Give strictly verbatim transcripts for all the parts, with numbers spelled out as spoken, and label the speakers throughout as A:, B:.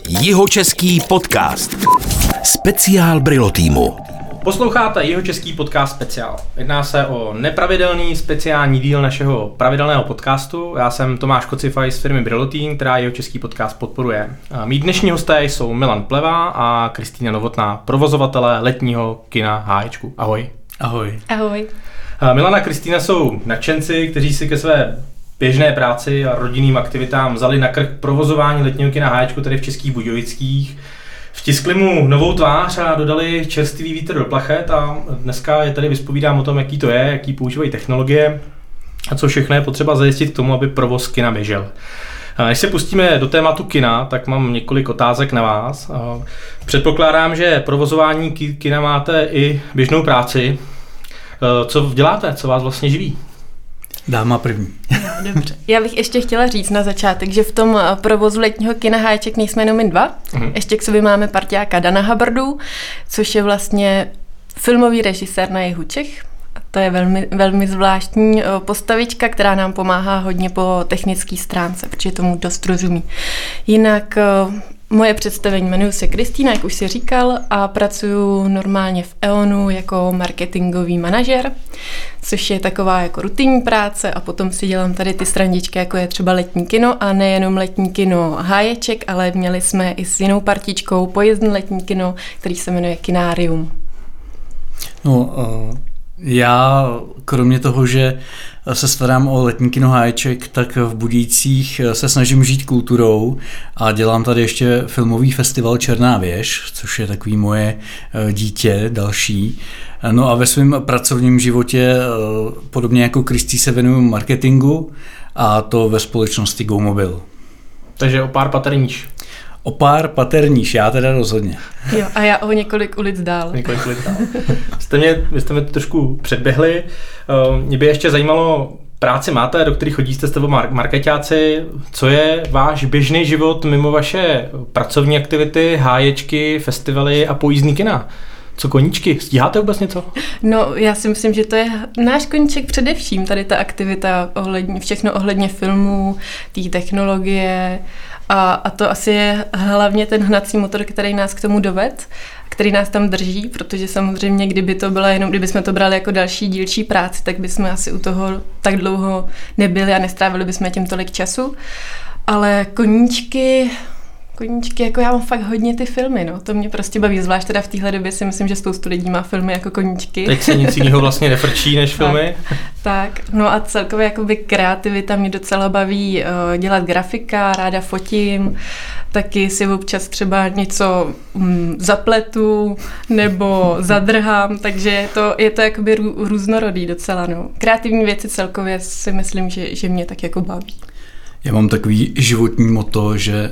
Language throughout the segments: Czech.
A: Jihočeský podcast. Speciál Brilo týmu.
B: Posloucháte Jihočeský podcast speciál. Jedná se o nepravidelný speciální díl našeho pravidelného podcastu. Já jsem Tomáš Kocifaj z firmy Brilo Team, která Jihočeský podcast podporuje. Mí dnešní hosté jsou Milan Pleva a Kristýna Novotná, provozovatelé letního kina Háječku. Ahoj.
C: Ahoj.
D: Ahoj.
B: Milan a Kristýna jsou nadšenci, kteří si ke své běžné práci a rodinným aktivitám vzali na krk provozování letního kina Háječku tady v Českých Budějovických. Vtiskli mu novou tvář a dodali čerstvý vítr do plachet a dneska je tady vyspovídám o tom, jaký to je, jaký používají technologie a co všechno je potřeba zajistit k tomu, aby provoz kina běžel. Než se pustíme do tématu kina, tak mám několik otázek na vás. Předpokládám, že provozování kina máte i běžnou práci. Co děláte? Co vás vlastně živí?
C: Dáma první.
D: No, dobře. Já bych ještě chtěla říct na začátek, že v tom provozu letního kina Háječek nejsme jenom my dva. Uh-huh. Ještě k sobě máme parťáka Dana Habardu, což je vlastně filmový režisér na jihu Čech. To je velmi, velmi zvláštní postavička, která nám pomáhá hodně po technické stránce, protože tomu dost rozumí. Jinak moje představení, jmenuji se Kristýna, jak už si říkal, a pracuji normálně v EONu jako marketingový manažer, což je taková jako rutinní práce, a potom si dělám tady ty srandičky, jako je třeba letní kino, a nejenom letní kino Háječek, ale měli jsme i s jinou partičkou pojezdné letní kino, který se jmenuje Kinárium.
C: No, uh... Já, kromě toho, že se starám o letní kino Háječek, tak v Budějcích se snažím žít kulturou a dělám tady ještě filmový festival Černá věž, což je takový moje dítě další. No a ve svém pracovním životě, podobně jako Kristý, se věnuju marketingu, a to ve společnosti GoMobil.
B: Takže o pár pater níž.
C: O pár pater níž, já teda rozhodně.
D: Jo, a já o několik ulic dál.
B: Několik ulic dál. Jste mě, vy jste mě trošku předběhli. Mě by ještě zajímalo, práci máte, do které chodíte, jste markeťáci. Co je váš běžný život mimo vaše pracovní aktivity, háječky, festivaly a pojízdný kina? Co koníčky? Stíháte vůbec něco?
D: No, já si myslím, že to je náš koníček především, tady ta aktivita, ohledně, všechno ohledně filmů, té technologie, a, a to asi je hlavně ten hnací motor, který nás k tomu doved, který nás tam drží, protože samozřejmě, kdyby to byla jenom, kdyby jsme to brali jako další dílčí práci, tak bychom asi u toho tak dlouho nebyli a nestrávili bychom tím tolik času. Ale koníčky... Koníčky, jako já mám fakt hodně ty filmy, no, to mě prostě baví, zvlášť teda v téhle době si myslím, že spoustu lidí má filmy jako koníčky.
B: Teď se nic jiného vlastně nefrčí než filmy.
D: Tak, tak, no a celkově jakoby kreativita mě docela baví uh, dělat grafika, ráda fotím, taky si občas třeba něco um, zapletu nebo zadrhám, takže je to, je to jakoby rů, různorodý docela, no. Kreativní věci celkově si myslím, že, že mě tak jako baví.
C: Já mám takový životní motto, že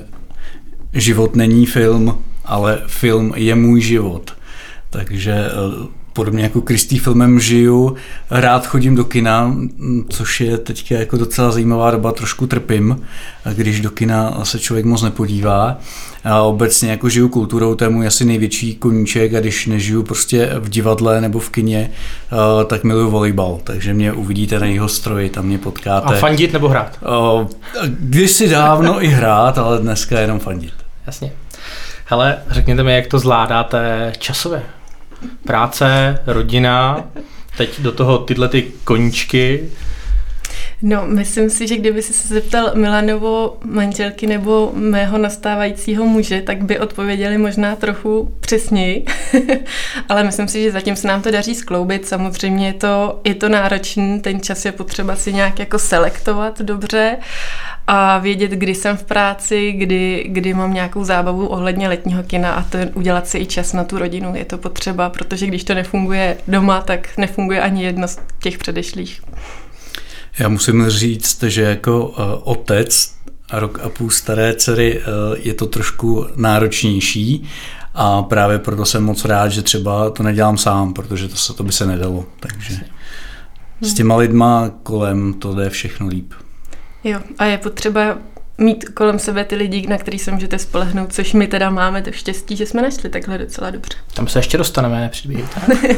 C: život není film, ale film je můj život. Takže podobně jako Kristý filmem žiju, rád chodím do kina, což je teďka jako docela zajímavá doba, trošku trpím, když do kina se člověk moc nepodívá. A obecně jako žiju kulturou, to je můj asi největší koníček, a když nežiju prostě v divadle nebo v kině, tak miluju volejbal, takže mě uvidíte na jeho stroji, tam mě potkáte.
B: A fandit nebo hrát?
C: Kdysi dávno i hrát, ale dneska jenom fandit.
B: Jasně. Hele, řekněte mi, jak to zvládáte časově? Práce, rodina, teď do toho tyhle ty koníčky.
D: No, myslím si, že kdyby si se zeptal Milanovo manželky nebo mého nastávajícího muže, tak by odpověděli možná trochu přesněji. Ale myslím si, že zatím se nám to daří skloubit. Samozřejmě je to, je to náročný, ten čas je potřeba si nějak jako selektovat dobře a vědět, kdy jsem v práci, kdy, kdy mám nějakou zábavu ohledně letního kina, a to udělat si i čas na tu rodinu. Je to potřeba, protože když to nefunguje doma, tak nefunguje ani jedno z těch předešlých.
C: Já musím říct, že jako uh, otec a rok a půl staré dcery uh, je to trošku náročnější, a právě proto jsem moc rád, že třeba to nedělám sám, protože to, se, to by se nedalo. Takže s těma lidma kolem to jde všechno líp.
D: Jo, a je potřeba mít kolem sebe ty lidi, na který se můžete spolehnout, což my teda máme to štěstí, že jsme našli takhle docela dobře.
B: Tam se ještě dostaneme, nepředbíhejte.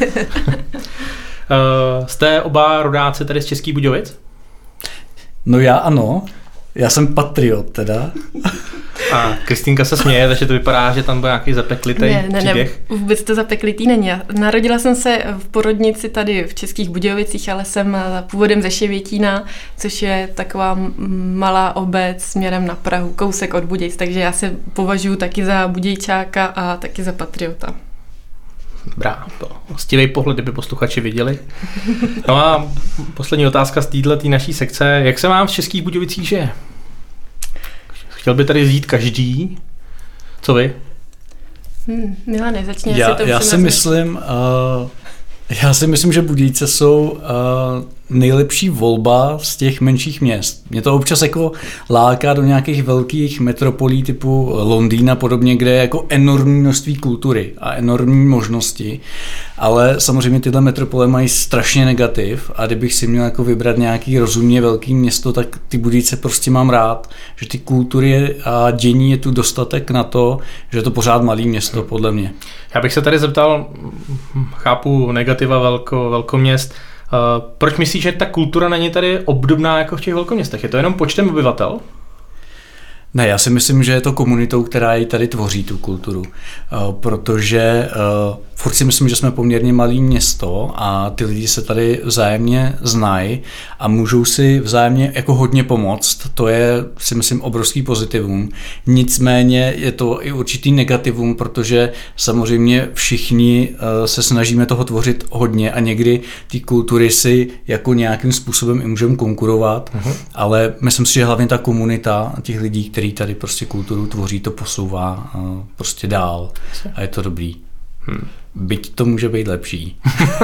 B: Uh, jste oba rodáci tady z Českých Budějovic?
C: No já ano, já jsem patriot teda.
B: A Kristýnka se směje, takže to vypadá, že tam byl nějaký zapeklitý
D: ne, ne,
B: příběh.
D: Ne, vůbec to zapeklitý není. Narodila jsem se v porodnici tady v Českých Budějovicích, ale jsem původem ze Ševětína, což je taková malá obec směrem na Prahu, kousek od Budějc, takže já se považuji taky za budějčáka a taky za patriota.
B: Dobrá, to hostivý pohled, kdyby posluchači viděli. No a poslední otázka z této naší sekce. Jak se vám v Českých Budějovicích žije? Chtěl by tady žít každý. Co vy?
D: Hmm, Milane, začni.
C: Já, já si myslím, uh, já si myslím, že Budějce jsou uh, nejlepší volba z těch menších měst. Mě to občas jako láká do nějakých velkých metropolí typu Londýna a podobně, kde je jako enormní množství kultury a enormní možnosti, ale samozřejmě tyhle metropole mají strašně negativ a kdybych si měl jako vybrat nějaký rozumně velký město, tak ty Budějce prostě mám rád, že ty kultury a dění je tu dostatek na to, že je to pořád malý město, podle mě.
B: Já bych se tady zeptal, chápu negativa velko, velkoměst, Uh, proč myslíš, že ta kultura není tady obdobná jako v těch velkoměstech? Je to jenom počtem obyvatel?
C: Ne, já si myslím, že je to komunitou, která ji tady tvoří tu kulturu, protože uh, furt si myslím, že jsme poměrně malé město a ty lidi se tady vzájemně znají a můžou si vzájemně jako hodně pomoct. To je, si myslím, obrovský pozitivum. Nicméně je to i určitý negativum, protože samozřejmě všichni uh, se snažíme toho tvořit hodně a někdy ty kultury si jako nějakým způsobem i můžeme konkurovat, uh-huh. ale myslím si, že hlavně ta komunita těch lidí, kteří tady prostě kulturu tvoří, to posouvá uh, prostě dál a je to dobrý. Hmm. Byť to může být lepší.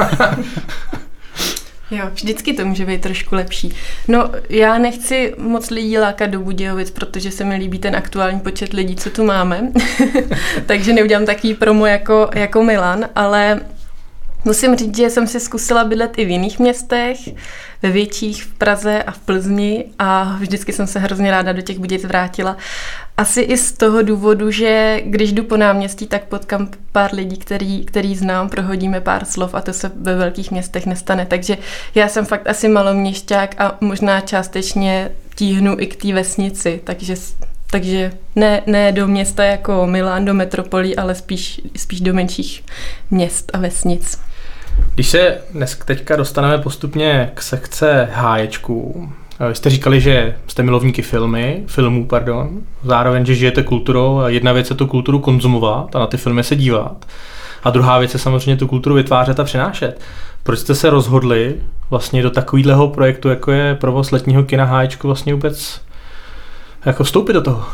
D: Jo, vždycky to může být trošku lepší. No, já nechci moc lidí lákat do Budějovic, protože se mi líbí ten aktuální počet lidí, co tu máme. Takže neudělám takový promo jako, jako Milan, ale musím říct, že jsem si zkusila bydlet i v jiných městech, ve větších, v Praze a v Plzni a vždycky jsem se hrozně ráda do těch Budějic vrátila. Asi i z toho důvodu, že když jdu po náměstí, tak potkám pár lidí, který, který znám, prohodíme pár slov a to se ve velkých městech nestane. Takže já jsem fakt asi maloměšťák a možná částečně tíhnu i k té vesnici, takže, takže ne, ne do města jako Milán, do metropolí, ale spíš, spíš do menších měst a vesnic.
B: Když se dnes teďka dostaneme postupně k sekce háječků, jste říkali, že jste milovníky filmy, filmů, pardon, zároveň, že žijete kulturou a jedna věc je tu kulturu konzumovat a na ty filmy se dívat a druhá věc je samozřejmě tu kulturu vytvářet a přinášet. Proč jste se rozhodli vlastně do takového projektu, jako je provoz letního kina Háječku, vlastně vůbec jako vstoupit do toho?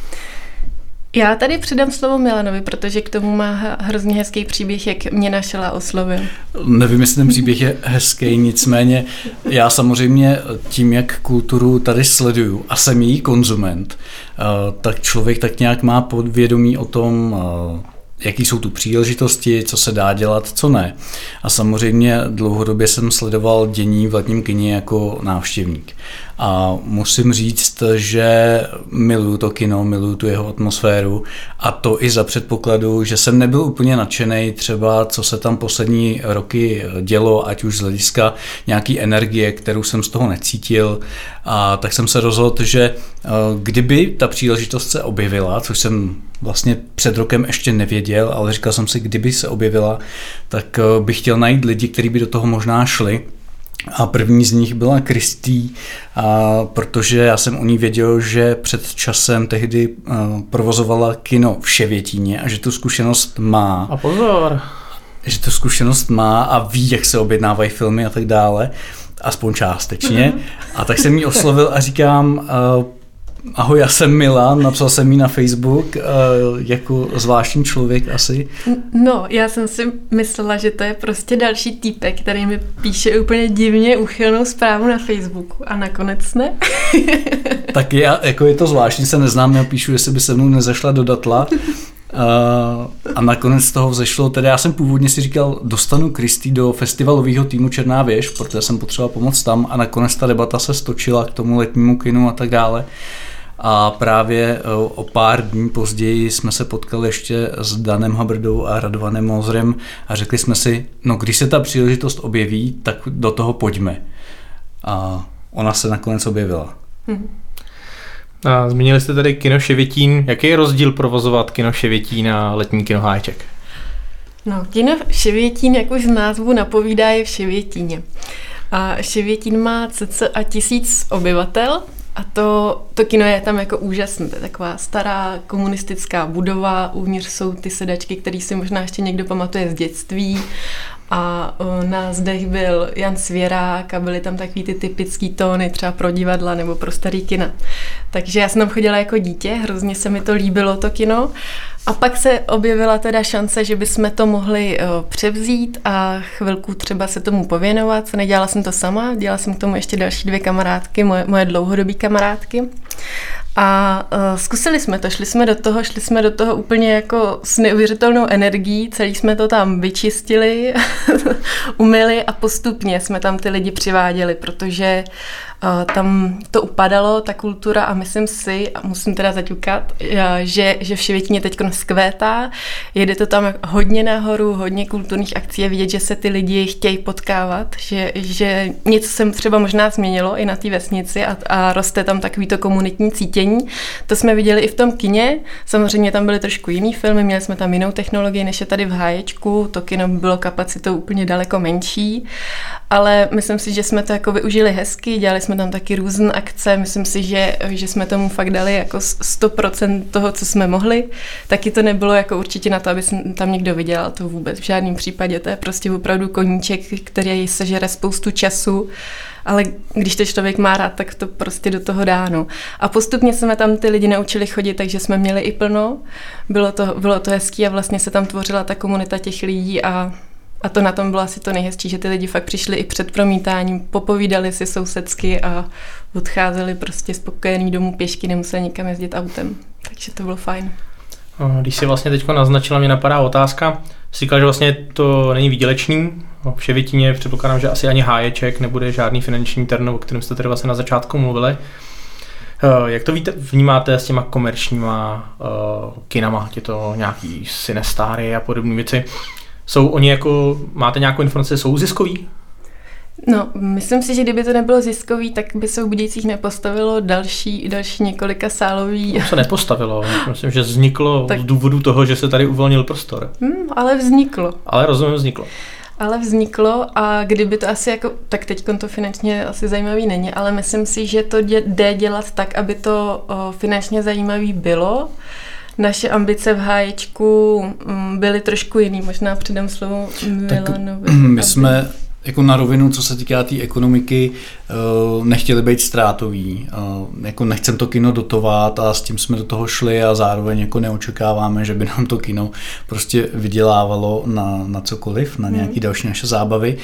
D: Já tady předám slovo Milanovi, protože k tomu má hrozně hezký příběh, jak mě našel a oslovil.
C: Nevím, jestli ten příběh je hezký, nicméně já samozřejmě tím, jak kulturu tady sleduju a jsem její konzument, tak člověk tak nějak má podvědomí o tom, jaký jsou tu příležitosti, co se dá dělat, co ne. A samozřejmě dlouhodobě jsem sledoval dění v letním kině jako návštěvník. A musím říct, že miluju to kino, miluju tu jeho atmosféru a to i za předpokladu, že jsem nebyl úplně nadšenej třeba, co se tam poslední roky dělo, ať už z hlediska nějaký energie, kterou jsem z toho necítil. A tak jsem se rozhodl, že kdyby ta příležitost se objevila, což jsem vlastně před rokem ještě nevěděl, ale říkal jsem si, kdyby se objevila, tak bych chtěl najít lidi, kteří by do toho možná šli. A první z nich byla Kristý, a protože já jsem o ní věděl, že před časem tehdy provozovala kino v Ševětíně a že tu zkušenost má.
B: A pozor.
C: Že tu zkušenost má a ví, jak se objednávají filmy a tak dále, aspoň částečně. A tak jsem jí oslovil a říkám, ahoj, já jsem Milan, napsal jsem jí na Facebook jako zvláštní člověk asi.
D: No, já jsem si myslela, že to je prostě další týpek, který mi píše úplně divně uchylnou zprávu na Facebooku a nakonec ne.
C: Tak já, jako je to zvláštní, se neznám, já píšu, jestli by se mnou nezašla do Datla. Uh, a nakonec z toho vzešlo, tedy já jsem původně si říkal, dostanu Kristý do festivalového týmu Černá věž, protože jsem potřeboval pomoct tam a nakonec ta debata se stočila k tomu letnímu kinu a tak dále. A právě uh, o pár dní později jsme se potkali ještě s Danem Habrdou a Radovanem Mozrem a řekli jsme si, no když se ta příležitost objeví, tak do toho pojďme. A ona se nakonec objevila.
D: Hmm.
B: A zmínili jste tady kino Ševětín. Jaký je rozdíl provozovat kino Ševětín a letní kino Háječek?
D: No, kino Ševětín, jak už z názvu napovídá, je v Ševětíně. A Ševětín má cca tisíc obyvatel a to, to kino je tam jako úžasné. To je taková stará komunistická budova, uvnitř jsou ty sedačky, které si možná ještě někdo pamatuje z dětství. A na zdech byl Jan Svěrák a byly tam takový ty typický tóny třeba pro divadla nebo pro starý kina. Takže já jsem tam chodila jako dítě, hrozně se mi to líbilo, to kino. A pak se objevila teda šance, že bychom to mohli o, převzít a chvilku třeba se tomu pověnovat. Nedělala jsem to sama, dělala jsem k tomu ještě další dvě kamarádky, moje, moje dlouhodobí kamarádky. A uh, zkusili jsme to, šli jsme do toho, šli jsme do toho úplně jako s neuvěřitelnou energií, celý jsme to tam vyčistili, umyli a postupně jsme tam ty lidi přiváděli, protože uh, tam to upadalo, ta kultura a myslím si, a musím teda zaťukat, uh, že, že v Ševětíně teď skvétá, jede to tam hodně nahoru, hodně kulturních akcí a vidět, že se ty lidi chtějí potkávat, že, že něco se třeba možná změnilo i na té vesnici a, a roste tam takový to komunitní cítění. To jsme viděli i v tom kině. Samozřejmě tam byly trošku jiný filmy, měli jsme tam jinou technologii, než je tady v Háječku. To kino bylo kapacitou úplně daleko menší, ale myslím si, že jsme to jako využili hezky, dělali jsme tam taky různé akce, myslím si, že, že jsme tomu fakt dali jako sto procent toho, co jsme mohli. Taky to nebylo jako určitě na to, aby tam někdo vydělal, to vůbec v žádném případě. To je prostě opravdu koníček, který sežere spoustu času. Ale když to člověk má rád, tak to prostě do toho dá. No. A postupně jsme tam ty lidi naučili chodit, takže jsme měli i plno. Bylo to, bylo to hezký a vlastně se tam tvořila ta komunita těch lidí a, a to na tom bylo asi to nejhezčí, že ty lidi fakt přišli i před promítáním, popovídali si sousedsky a odcházeli prostě spokojený domů pěšky, nemuseli nikam jezdit autem. Takže to bylo fajn.
B: Když si vlastně teď naznačila, mě napadá otázka. Říkala, že vlastně to není výdělečný. V Ševětíně předpokládám, že asi ani Háječek nebude žádný finanční terno, o kterém jste tady vlastně na začátku mluvili. Jak to víte, vnímáte s těma komerčníma uh, kinama, těto nějaký Cinestáry a podobné věci? Jsou oni jako, máte nějakou informaci, jsou ziskový?
D: No, myslím si, že kdyby to nebylo ziskový, tak by se v Budějcích nepostavilo další, další několika sálový.
B: To se nepostavilo, myslím, že vzniklo tak z důvodu toho, že se tady uvolnil prostor.
D: Hmm, ale vzniklo.
B: Ale rozumím, vzniklo.
D: Ale vzniklo a kdyby to asi jako, tak teď to finančně asi zajímavý není, ale myslím si, že to jde dělat tak, aby to o, finančně zajímavý bylo. Naše ambice v Háječku byly trošku jiný, možná předám slovo Milanovi.
C: My jsme jako na rovinu, co se týká té tý ekonomiky, nechtěli být ztrátový. Jako nechcem to kino dotovat a s tím jsme do toho šli a zároveň jako neočekáváme, že by nám to kino prostě vydělávalo na, na cokoliv, na nějaký hmm. další naše zábavy,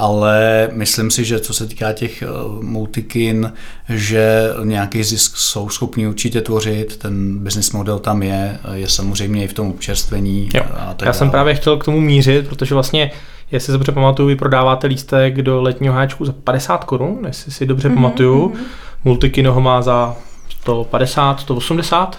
C: ale myslím si, že co se týká těch multikin, že nějaký zisk jsou schopní určitě tvořit, ten business model tam je, je samozřejmě i v tom občerstvení.
B: Jo. A tak Já jsem právě chtěl k tomu mířit, protože vlastně jestli si dobře pamatuju, vy prodáváte lístek do letního Háječku za padesát korun, jestli si dobře mm-hmm, pamatuju. Mm-hmm. Multikino ho má za sto padesát, sto osmdesát.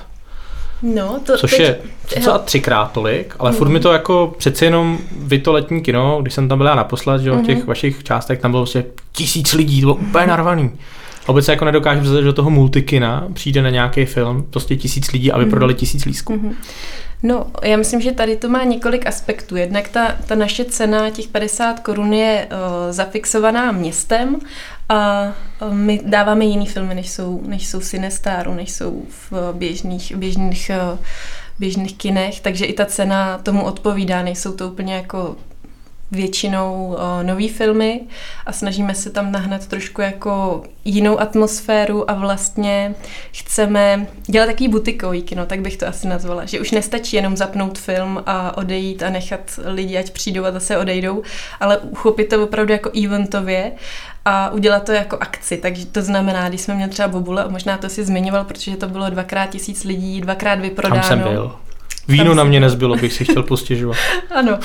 D: No, to
B: což
D: teď,
B: je docela třikrát tolik, ale mm-hmm. furt mi to jako přeci jenom vy to letní kino, když jsem tam byla naposled, že mm-hmm. v těch vašich částech tam bylo vlastně tisíc lidí, to bylo úplně narvaný. A vůbec se jako nedokážu představit, že do toho multikina přijde na nějaký film prostě tisíc lidí, aby mm-hmm. prodali tisíc lístků. Mm-hmm.
D: No, já myslím, že tady to má několik aspektů. Jednak ta, ta naše cena těch padesát korun je uh, zafixovaná městem a uh, my dáváme jiný filmy, než jsou, než jsou Cinestáru, než jsou v běžných, běžných, uh, běžných kinech, takže i ta cena tomu odpovídá, nejsou to úplně jako většinou uh, nový filmy a snažíme se tam nahnat trošku jako jinou atmosféru a vlastně chceme dělat takový butikový kino, tak bych to asi nazvala, že už nestačí jenom zapnout film a odejít a nechat lidi, ať přijdou a zase odejdou, ale uchopit to opravdu jako eventově a udělat to jako akci, takže to znamená, když jsme měli třeba Bobule, možná to si zmiňoval, protože to bylo dvakrát tisíc lidí, dvakrát vyprodáno.
B: Tam jsem byl. Víno na mě nezbylo, bych si chtěl postěžovat.
D: Ano.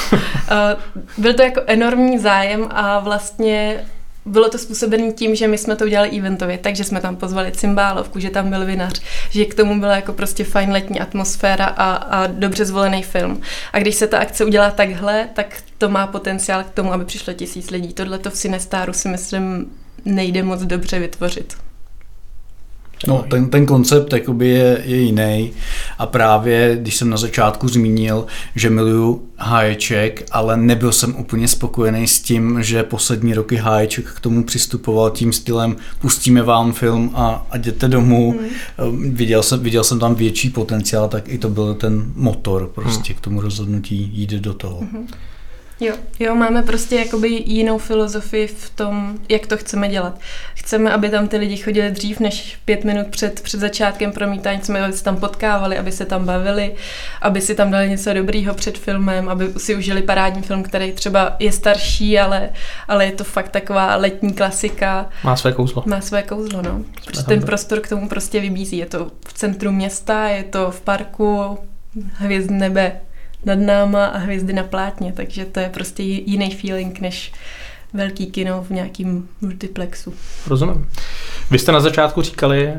D: Byl to jako enormní zájem a vlastně bylo to způsobené tím, že my jsme to udělali eventově, takže jsme tam pozvali cymbálovku, že tam byl vinař, že k tomu byla jako prostě fajn letní atmosféra a, a dobře zvolený film. A když se ta akce udělá takhle, tak to má potenciál k tomu, aby přišlo tisíc lidí. Tohle to v Cinestáru si myslím nejde moc dobře vytvořit.
C: No, ten, ten koncept jakoby je, je jiný a právě, když jsem na začátku zmínil, že miluju Háječek, ale nebyl jsem úplně spokojený s tím, že poslední roky Háječek k tomu přistupoval tím stylem pustíme vám film a, a jděte domů. Hmm. Viděl jsem, viděl jsem tam větší potenciál, tak i to byl ten motor prostě hmm. k tomu rozhodnutí jít do toho. Hmm.
D: Jo, jo, máme prostě jakoby jinou filozofii v tom, jak to chceme dělat. Chceme, aby tam ty lidi chodili dřív než pět minut před, před začátkem promítání, chceme, aby se tam potkávali, aby se tam bavili, aby si tam dali něco dobrýho před filmem, aby si užili parádní film, který třeba je starší, ale, ale je to fakt taková letní klasika.
B: Má své kouzlo.
D: Má své kouzlo, no. Protože ten prostor k tomu prostě vybízí. Je to v centru města, je to v parku, hvězd nebe nad náma a hvězdy na plátně, takže to je prostě jiný feeling než velký kino v nějakým multiplexu.
B: Rozumím. Vy jste na začátku říkali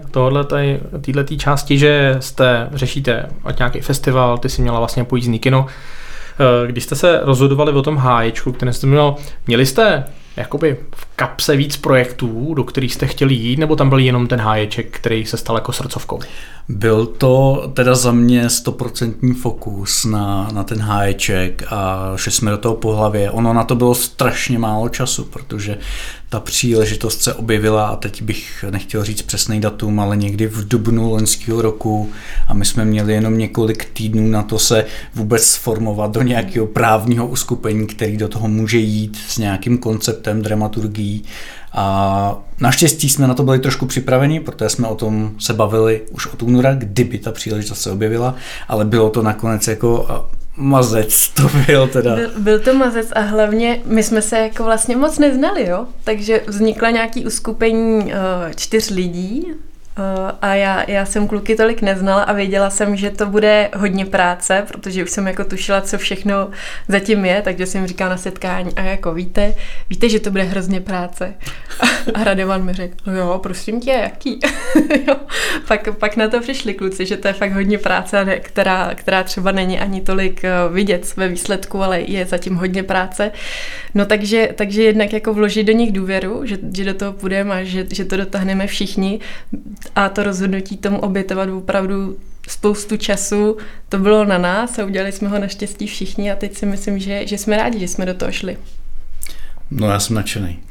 B: této části, že jste řešíte ať nějaký festival, ty jsi měla vlastně pojízdný kino. Když jste se rozhodovali o tom Háječku, který jste měl, měli jste jakoby v kapse víc projektů, do kterých jste chtěli jít, nebo tam byl jenom ten Háječek, který se stal jako srdcovkou?
C: Byl to teda za mě stoprocentní fokus na, na ten Háječek a šli jsme do toho po hlavě. Ono na to bylo strašně málo času, protože ta příležitost se objevila a teď bych nechtěl říct přesný datum, ale někdy v dubnu loňského roku a my jsme měli jenom několik týdnů na to se vůbec sformovat do nějakého právního uskupení, který do toho může jít s nějakým konceptem, dramaturgií. A naštěstí jsme na to byli trošku připraveni, protože jsme o tom se bavili už od února, kdyby ta příležitost se objevila, ale bylo to nakonec jako mazec, to byl teda.
D: Byl, byl to mazec a hlavně my jsme se jako vlastně moc neznali, jo, takže vznikla nějaký uskupení uh, čtyř lidí uh, a já, já jsem kluky tolik neznala a věděla jsem, že to bude hodně práce, protože už jsem jako tušila, co všechno zatím je, takže jsem říkala na setkání a jako víte, víte, že to bude hrozně práce. A Radovan mi řekl, no jo, prosím tě, jaký? Jo. Pak, pak na to přišli kluci, že to je fakt hodně práce, která, která třeba není ani tolik vidět ve výsledku, ale je zatím hodně práce. No takže, takže jednak jako vložit do nich důvěru, že, že do toho půjdeme a že, že to dotáhneme všichni a to rozhodnutí tomu obětovat opravdu spoustu času, to bylo na nás a udělali jsme ho naštěstí všichni a teď si myslím, že, že jsme rádi, že jsme do toho šli.
C: No já jsem nadšený.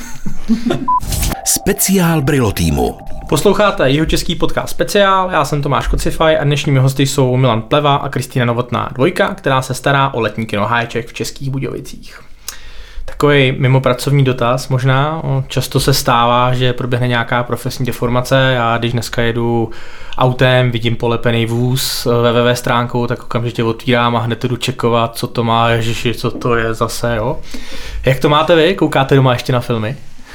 A: Speciál Brilo týmu.
B: Posloucháte jihočeský podcast Speciál, já jsem Tomáš Kocifaj a dnešními hosty jsou Milan Pleva a Kristýna Novotná dvojka, která se stará o letní kino Háječek v Českých Budějovicích. Takový mimo pracovní dotaz možná, často se stává, že proběhne nějaká profesní deformace, já když dneska jedu autem, vidím polepený vůz www stránkou, tak okamžitě otvírám a hned jdu čekovat, co to má, ježiši, co to je zase, jo. Jak to máte vy? Koukáte doma ještě na filmy?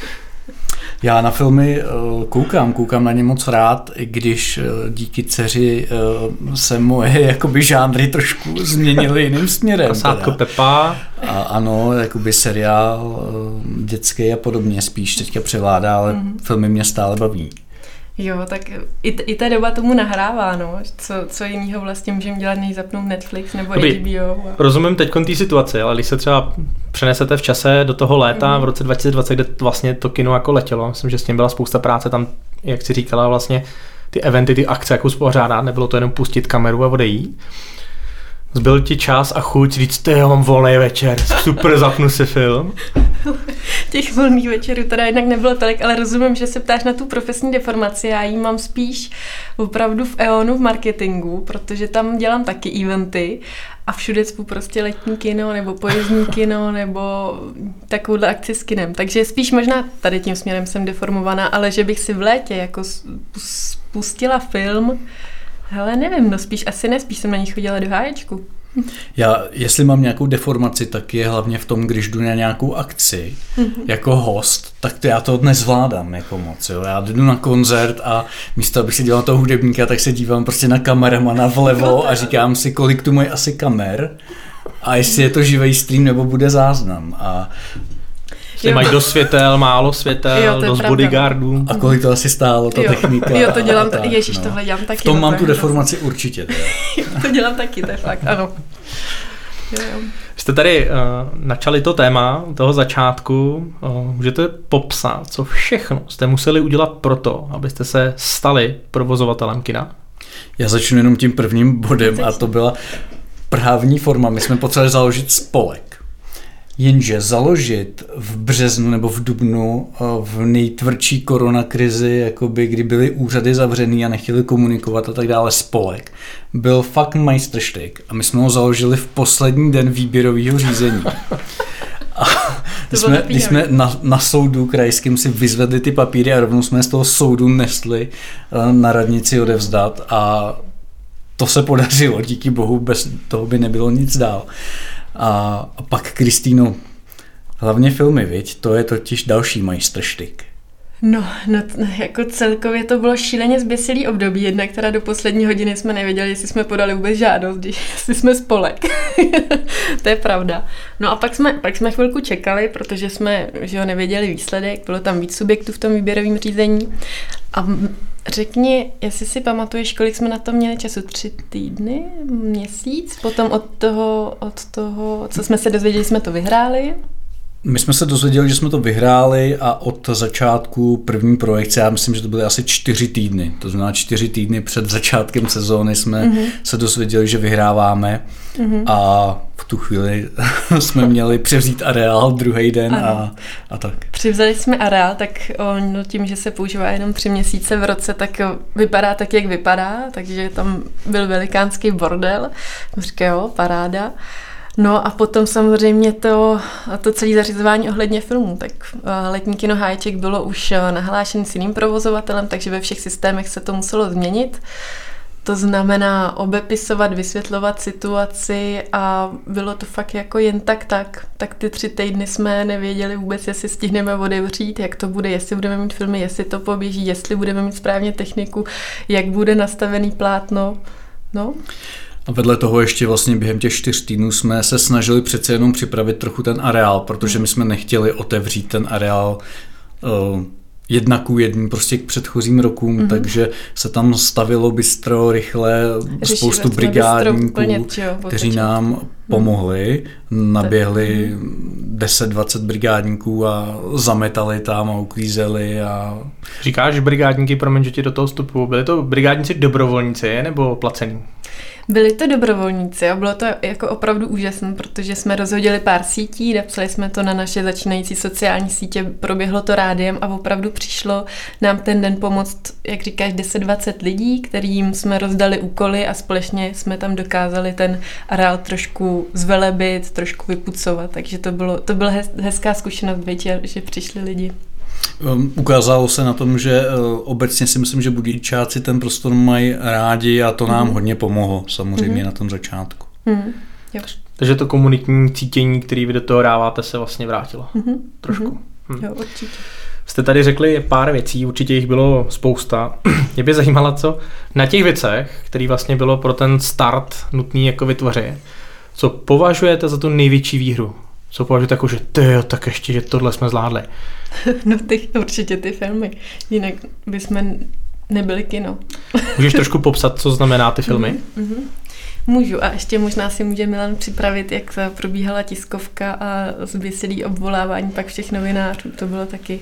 C: Já na filmy koukám, koukám na ně moc rád, i když díky dceři se moje jakoby žánry trošku změnily jiným směrem.
B: Kasátko Pepa.
C: A ano, jakoby seriál dětský a podobně spíš teďka převládá, ale mm-hmm. filmy mě stále baví.
D: Jo, tak i, t- i ta doba tomu nahrává, no. Co, co jiného vlastně můžeme dělat, než zapnout Netflix nebo
B: Dobrý.
D: H B O. A...
B: Rozumím teď té situaci, ale když se třeba přenesete v čase do toho léta mm. v roce dva tisíce dvacet, kde vlastně to kino jako letělo, myslím, že s tím byla spousta práce, tam, jak si říkala, vlastně ty eventy, ty akce, jako uspořádat, nebylo to jenom pustit kameru a odejít. Zbyl ti čas a chuť říct, ty jo, mám volný večer, super, zapnu si film.
D: Těch volných večerů teda jednak nebylo tolik, ale rozumím, že se ptáš na tu profesní deformaci. Já ji mám spíš opravdu v EONu v marketingu, protože tam dělám taky eventy a všude cpu prostě letní kino nebo pojezdní kino nebo takovouhle akci s kinem. Takže spíš možná tady tím směrem jsem deformovaná, ale že bych si v létě jako spustila film, hele, nevím, no spíš asi ne, spíš jsem na ní chodila do Háječku.
C: Já, jestli mám nějakou deformaci, tak je hlavně v tom, když jdu na nějakou akci mm-hmm. jako host, tak to já to nezvládám jako moc. Jo. Já jdu na koncert a místo, abych si dělal toho hudebníka, tak se dívám prostě na kameramana vlevo a říkám si, kolik tu mají asi kamer a jestli je to živý stream nebo bude záznam. A
B: Jestli mají dost světel, málo světel, jo, dost bodyguardů.
C: A kolik to asi stálo, ta
D: jo.
C: technika.
D: Jo, to dělám,
C: tak,
D: ježiš,
C: no.
D: tohle dělám taky.
C: V tom
D: no,
C: mám
D: to
C: tu deformaci určitě.
D: To dělám taky, to je fakt, ano. Jo, jo.
B: Jste tady uh, načali to téma toho začátku. Uh, můžete popsat, co všechno jste museli udělat proto, abyste se stali provozovatelem kina?
C: Já začnu jenom tím prvním bodem a to byla právní forma. My jsme potřebovali založit spolek. Jenže založit v březnu nebo v dubnu v nejtvrdší koronakrizi, jakoby, kdy byly úřady zavřený a nechtěli komunikovat a tak dále, spolek, byl fakt majstrštyk a my jsme ho založili v poslední den výběrového řízení. A když jsme, když jsme na, na soudu krajským si vyzvedli ty papíry a rovnou jsme z toho soudu nesli na radnici odevzdat a to se podařilo, díky bohu, bez toho by nebylo nic dál. A, a pak, Kristýno, hlavně filmy, viď? To je totiž další majstrštyk.
D: No, no, jako celkově to bylo šíleně zběsilý období, jednak teda do poslední hodiny jsme nevěděli, jestli jsme podali vůbec žádost, jestli jsme spolek. To je pravda. No a pak jsme, pak jsme chvilku čekali, protože jsme, že jo, nevěděli výsledek, bylo tam víc subjektů v tom výběrovém řízení. A řekni, jestli si pamatuješ, kolik jsme na to měli času? Tři týdny? Měsíc? Potom od toho, od toho, co jsme se dozvěděli, jsme to vyhráli?
C: My jsme se dozvěděli, že jsme to vyhráli a od začátku první projekce, já myslím, že to byly asi čtyři týdny. To znamená čtyři týdny před začátkem sezóny jsme mm-hmm. se dozvěděli, že vyhráváme mm-hmm. a v tu chvíli jsme měli převzít areál druhý den a, a tak.
D: Přivzali jsme areál, tak no, tím, že se používá jenom tři měsíce v roce, tak vypadá tak, jak vypadá, takže tam byl velikánský bordel. Říkám, jo, paráda. No a potom samozřejmě to, to celé zařizování ohledně filmů, tak letní kino Háječek bylo už nahlášen s jiným provozovatelem, takže ve všech systémech se to muselo změnit. To znamená obepisovat, vysvětlovat situaci a bylo to fakt jako jen tak tak. Tak ty tři týdny jsme nevěděli vůbec, jestli stihneme otevřít, jak to bude, jestli budeme mít filmy, jestli to poběží, jestli budeme mít správně techniku, jak bude nastavený plátno. No.
C: A vedle toho ještě vlastně během těch čtyř týdnů jsme se snažili přece jenom připravit trochu ten areál, protože my jsme nechtěli otevřít ten areál uh, jedna ku jedný prostě k předchozím rokům, mm-hmm. takže se tam stavilo bystro rychle, Řešili spoustu brigádníků, plnět, jo, kteří nám pomohli, naběhli deset dvacet brigádníků a zametali tam a uklízeli. A...
B: Říkáš brigádníky, promiň, že ti do toho vstupu, byli to brigádníci dobrovolníci nebo placení?
D: Byli to dobrovolníci a bylo to jako opravdu úžasné, protože jsme rozhodili pár sítí, napsali jsme to na naše začínající sociální sítě, proběhlo to rádiem a opravdu přišlo nám ten den pomoct, jak říkáš, deset dvacet lidí, kterým jsme rozdali úkoly a společně jsme tam dokázali ten areál trošku zvelebit, trošku vypucovat, takže to bylo, to byla hezká zkušenost, že, že přišli lidi.
C: Um, ukázalo se na tom, že uh, obecně si myslím, že Budějčáci ten prostor mají rádi a to nám mm. hodně pomohlo samozřejmě mm. na tom začátku.
D: Mm. Jo.
B: Takže to komunitní cítění, který vy do toho dáváte, se vlastně vrátilo.
D: Mm.
B: Trošku.
D: Mm. Mm. Jo, určitě.
B: Jste tady řekli pár věcí, určitě jich bylo spousta. Mě by zajímalo, co na těch věcech, který vlastně bylo pro ten start nutný jako vytvořit, co považujete za tu největší výhru? Co považujete jako, že tyjo, tak ještě, že tohle jsme zvládli?
D: No ty, určitě ty filmy, jinak bychom nebyli kino.
B: Můžeš trošku popsat, co znamená ty filmy?
D: Mm-hmm. Můžu a ještě možná si může Milan připravit, jak probíhala tiskovka a zběsilý obvolávání pak všech novinářů, to bylo taky...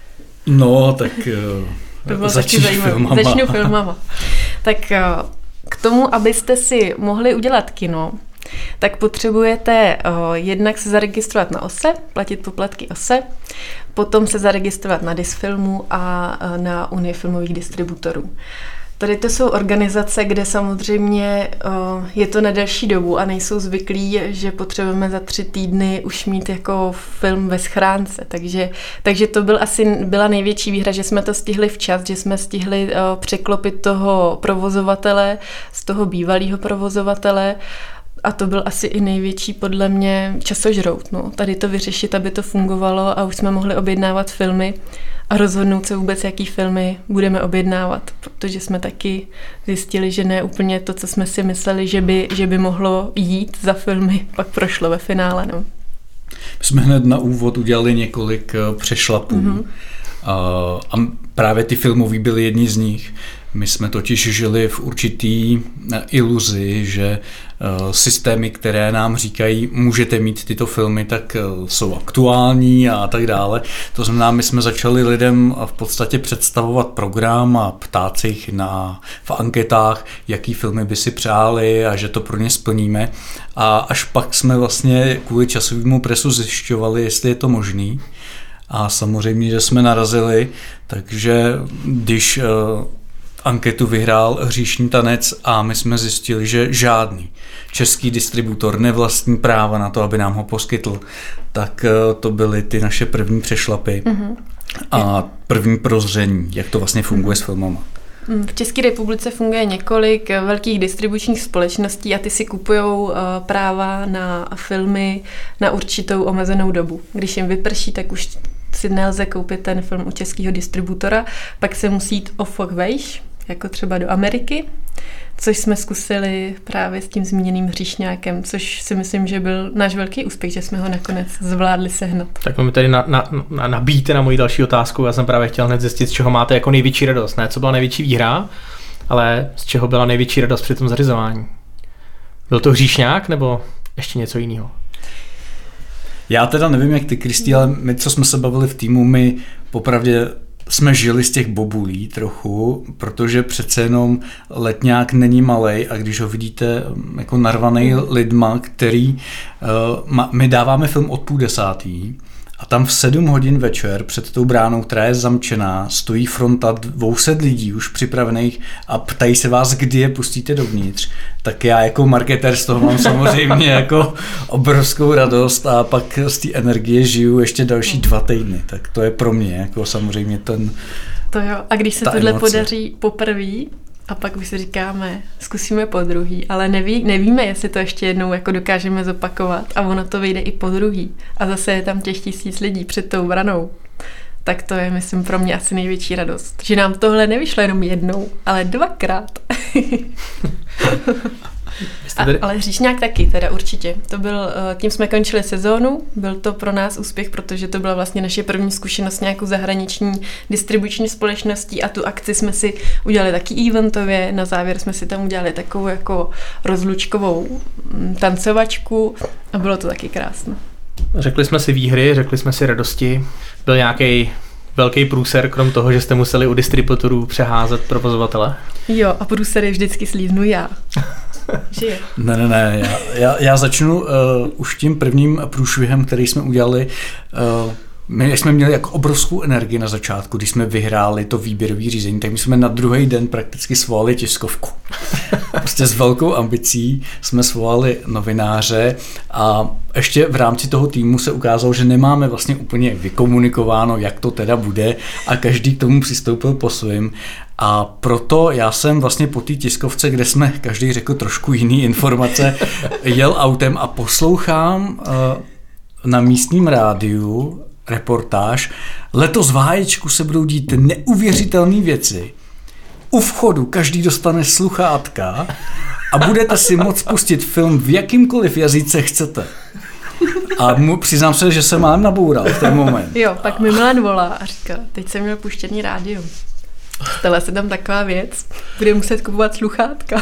C: No, tak
D: to bylo
C: začni
D: taky
C: filmama.
D: Začnu filmama. Tak k tomu, abyste si mohli udělat kino, tak potřebujete uh, jednak se zaregistrovat na O S E, platit poplatky O S E, potom se zaregistrovat na Disfilmu a uh, na Unii filmových distributorů. Tady to jsou organizace, kde samozřejmě uh, je to na delší dobu a nejsou zvyklí, že potřebujeme za tři týdny už mít jako film ve schránce. Takže, takže to byl asi, byla největší výhra, že jsme to stihli včas, že jsme stihli uh, překlopit toho provozovatele z toho bývalého provozovatele. A to byl asi i největší podle mě časožrout. No. Tady to vyřešit, aby to fungovalo a už jsme mohli objednávat filmy a rozhodnout se vůbec, jaký filmy budeme objednávat, protože jsme taky zjistili, že ne úplně to, co jsme si mysleli, že by, že by mohlo jít za filmy, pak prošlo ve finále. No.
C: My jsme hned na úvod udělali několik přešlapů mm-hmm. a, a právě ty filmový byly jedni z nich. My jsme totiž žili v určitý iluzi, že systémy, které nám říkají, můžete mít tyto filmy, tak jsou aktuální a tak dále. To znamená, my jsme začali lidem v podstatě představovat program a ptát se jich na, v anketách, jaký filmy by si přáli a že to pro ně splníme. A až pak jsme vlastně kvůli časovému presu zjišťovali, jestli je to možný. A samozřejmě, že jsme narazili, takže když anketu vyhrál Hříšní tanec a my jsme zjistili, že žádný český distributor nevlastní práva na to, aby nám ho poskytl, tak to byly ty naše první přešlapy mm-hmm. a první prozření, jak to vlastně funguje mm-hmm. s filmama.
D: V České republice funguje několik velkých distribučních společností a ty si kupují práva na filmy na určitou omezenou dobu. Když jim vyprší, tak už si nelze koupit ten film u českého distributora, pak se musí jít o fok vejš, jako třeba do Ameriky, což jsme zkusili právě s tím zmíněným Hříšňákem, což si myslím, že byl náš velký úspěch, že jsme ho nakonec zvládli sehnat.
B: Tak mi tady na, na, na, nabíjíte na moji další otázku. Já jsem právě chtěl hned zjistit, z čeho máte jako největší radost. Ne, co byla největší výhra, ale z čeho byla největší radost při tom zařizování. Byl to Hříšňák nebo ještě něco jiného?
C: Já teda nevím, jak ty, Kristý, ale my, co jsme se bavili v týmu, my popravdě jsme žili z těch bobulí trochu, protože přece jenom Letňák není malej a když ho vidíte jako narvaný lidma, který uh, my dáváme film od půl desátý a tam v sedm hodin večer před tou bránou, která je zamčená, stojí fronta dvou set lidí už připravených a ptají se vás, kdy je pustíte dovnitř. Tak já jako marketér z toho mám samozřejmě jako obrovskou radost a pak z té energie žiju ještě další dva týdny. Tak to je pro mě jako samozřejmě ten
D: To jo, a když se tohle emoce podaří poprvé, a pak už si říkáme, zkusíme po druhý, ale neví, nevíme, jestli to ještě jednou jako dokážeme zopakovat a ono to vyjde i po druhý. A zase je tam těch tisíc lidí před tou branou. Tak to je, myslím, pro mě asi největší radost. Že nám tohle nevyšlo jenom jednou, ale dvakrát. A, ale Hříšňák taky, teda určitě. To byl, tím jsme končili sezónu, byl to pro nás úspěch, protože to byla vlastně naše první zkušenost s nějakou zahraniční distribuční společností a tu akci jsme si udělali taky eventově, na závěr jsme si tam udělali takovou jako rozlučkovou tancovačku a bylo to taky krásné.
B: Řekli jsme si výhry, řekli jsme si radosti, byl nějaký velký průser, krom toho, že jste museli u distributorů přeházet provozovatele?
D: Jo, a průser je vždycky slíznu já. Že?
C: Ne, ne, ne, já, já, já začnu uh, už tím prvním průšvihem, který jsme udělali. Uh, my jsme měli jako obrovskou energii na začátku, když jsme vyhráli to výběrové řízení, tak my jsme na druhý den prakticky svolali tiskovku. Prostě s velkou ambicí jsme svolali novináře a ještě v rámci toho týmu se ukázalo, že nemáme vlastně úplně vykomunikováno, jak to teda bude a každý k tomu přistoupil po svým. A proto já jsem vlastně po té tiskovce, kde jsme každý řekl trošku jiný informace, jel autem a poslouchám uh, na místním rádiu reportáž. Letos v Háječku se budou dít neuvěřitelné věci. U vchodu každý dostane sluchátka a budete si moct pustit film v jakýmkoliv jazyce chcete. A mu přiznám se, že se mám naboural v ten moment.
D: Jo, pak mi Milan volá a říká, teď jsem měl puštěný rádio. Stala se tam taková věc, bude muset kupovat sluchátka.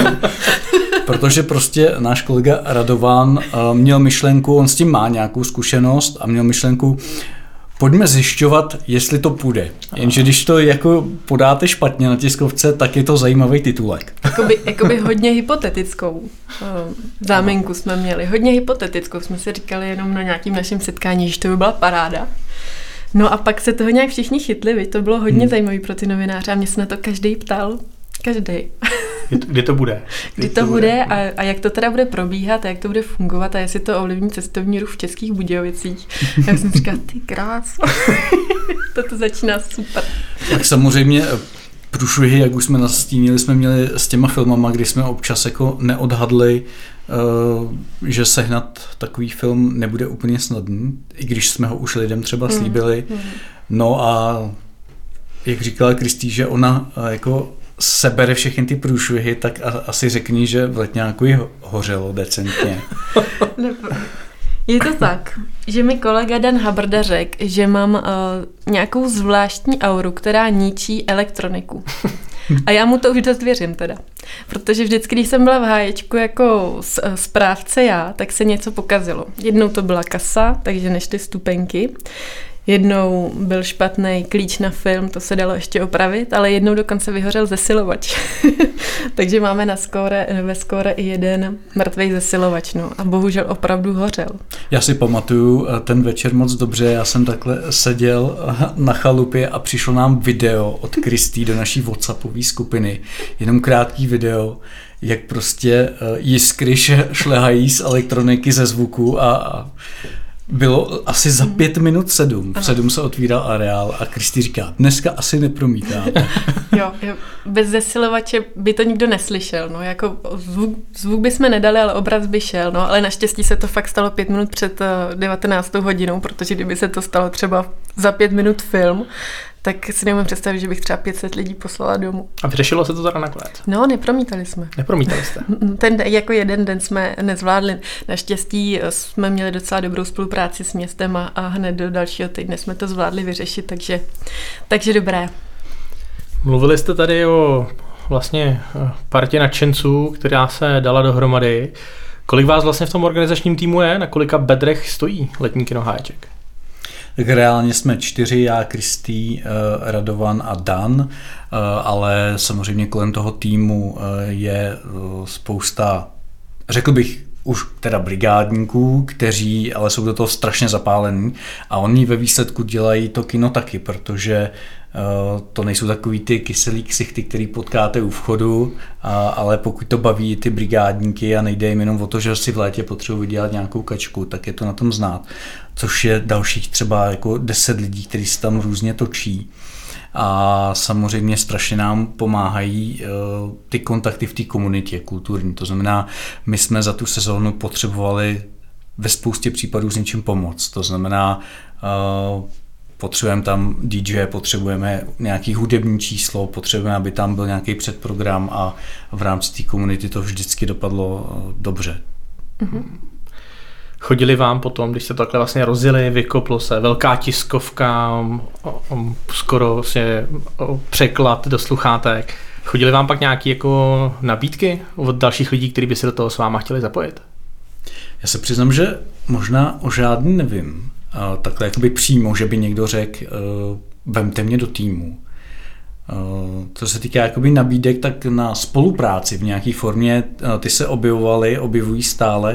C: Protože prostě náš kolega Radovan uh, měl myšlenku, on s tím má nějakou zkušenost a měl myšlenku, pojďme zjišťovat, jestli to půjde. Jenže když to jako podáte špatně na tiskovce, tak je to zajímavý titulek.
D: Jakoby, jakoby hodně hypotetickou uh, záminku jsme měli. Hodně hypotetickou jsme si říkali jenom na nějakým našem setkání, že to by byla paráda. No a pak se toho nějak všichni chytli, to bylo hodně hmm. zajímavé pro ty novináře a mě se na to každý ptal. Každý.
B: Kdy to bude?
D: Kdy, Kdy to, to bude, bude a, a jak to teda bude probíhat a jak to bude fungovat a jestli to ovlivní cestovní ruch v Českých Budějovicích. Já jsem říkala, ty krás. Toto začíná super.
C: Tak samozřejmě průšvihy, jak už jsme nastínili, jsme měli s těma filmama, kdy jsme občas jako neodhadli, uh, že sehnat takový film nebude úplně snadný, i když jsme ho už lidem třeba slíbili. Mm. No a jak říkala Kristý, že ona uh, jako sebere všechny ty průšvihy, tak a, asi řekni, že v Letňáku jí hořelo decentně.
D: Je to tak, že mi kolega Dan Habrda řekl, že mám uh, nějakou zvláštní auru, která ničí elektroniku. A já mu to už dost věřím teda. Protože vždycky, když jsem byla v háječku jako správce já, tak se něco pokazilo. Jednou to byla kasa, takže nešly stupenky. Jednou byl špatný klíč na film, to se dalo ještě opravit, ale jednou dokonce vyhořel zesilovač. Takže máme na skóre, ve skóre i jeden mrtvej zesilovač, no, a bohužel opravdu hořel.
C: Já si pamatuju ten večer moc dobře, já jsem takhle seděl na chalupě a přišlo nám video od Kristý do naší WhatsAppové skupiny. Jenom krátký video, jak prostě jiskry šlehají z elektroniky, ze zvuku a, a bylo asi za pět minut sedm. V sedm se otvíral areál a Kristý říká, dneska asi nepromítá.
D: Jo, jo, bez zesilovače by to nikdo neslyšel, no, jako zvuk, zvuk bychom nedali, ale obraz by šel, no, ale naštěstí se to fakt stalo pět minut před devatenáctou hodinou, protože kdyby se to stalo třeba za pět minut film, tak si nemůžu představit, že bych třeba pět set lidí poslala domů.
B: A vyřešilo se to teda nakonec?
D: No, nepromítali jsme.
B: Nepromítali jste?
D: Ten jako jeden den jsme nezvládli. Naštěstí jsme měli docela dobrou spolupráci s městem a, a hned do dalšího týdne jsme to zvládli vyřešit, takže, takže dobré.
B: Mluvili jste tady o vlastně partě nadšenců, která se dala dohromady. Kolik vás vlastně v tom organizačním týmu je? Na kolika bedrech stojí letní kino Háječek?
C: Tak reálně jsme čtyři, já, Kristý, Radovan a Dan, ale samozřejmě kolem toho týmu je spousta, řekl bych, už teda brigádníků, kteří ale jsou do toho strašně zapálení a oni ve výsledku dělají to kino taky, protože to nejsou takový ty kyselý ksichty, který potkáte u vchodu, ale pokud to baví ty brigádníky a nejde jim jenom o to, že si v létě potřebují vydělat nějakou kačku, tak je to na tom znát. Což je dalších třeba jako deset lidí, kteří se tam různě točí. A samozřejmě strašně nám pomáhají uh, ty kontakty v té komunitě kulturní. To znamená, my jsme za tu sezónu potřebovali ve spoustě případů s něčím pomoct. To znamená, uh, potřebujeme tam dý džej, potřebujeme nějaký hudební číslo, potřebujeme, aby tam byl nějaký předprogram a v rámci té komunity to vždycky dopadlo uh, dobře.
D: Mm-hmm.
B: Chodili vám potom, když jste to takhle vlastně rozjeli, vykoplo se, velká tiskovka, skoro vlastně překlad do sluchátek. Chodili vám pak nějaké jako nabídky od dalších lidí, kteří by se do toho s váma chtěli zapojit?
C: Já se přiznám, že možná o žádný nevím. Takhle jakoby přímo, že by někdo řekl, vemte mě do týmu. Co se týká jakoby nabídek, tak na spolupráci v nějaké formě ty se objevovaly, objevují stále.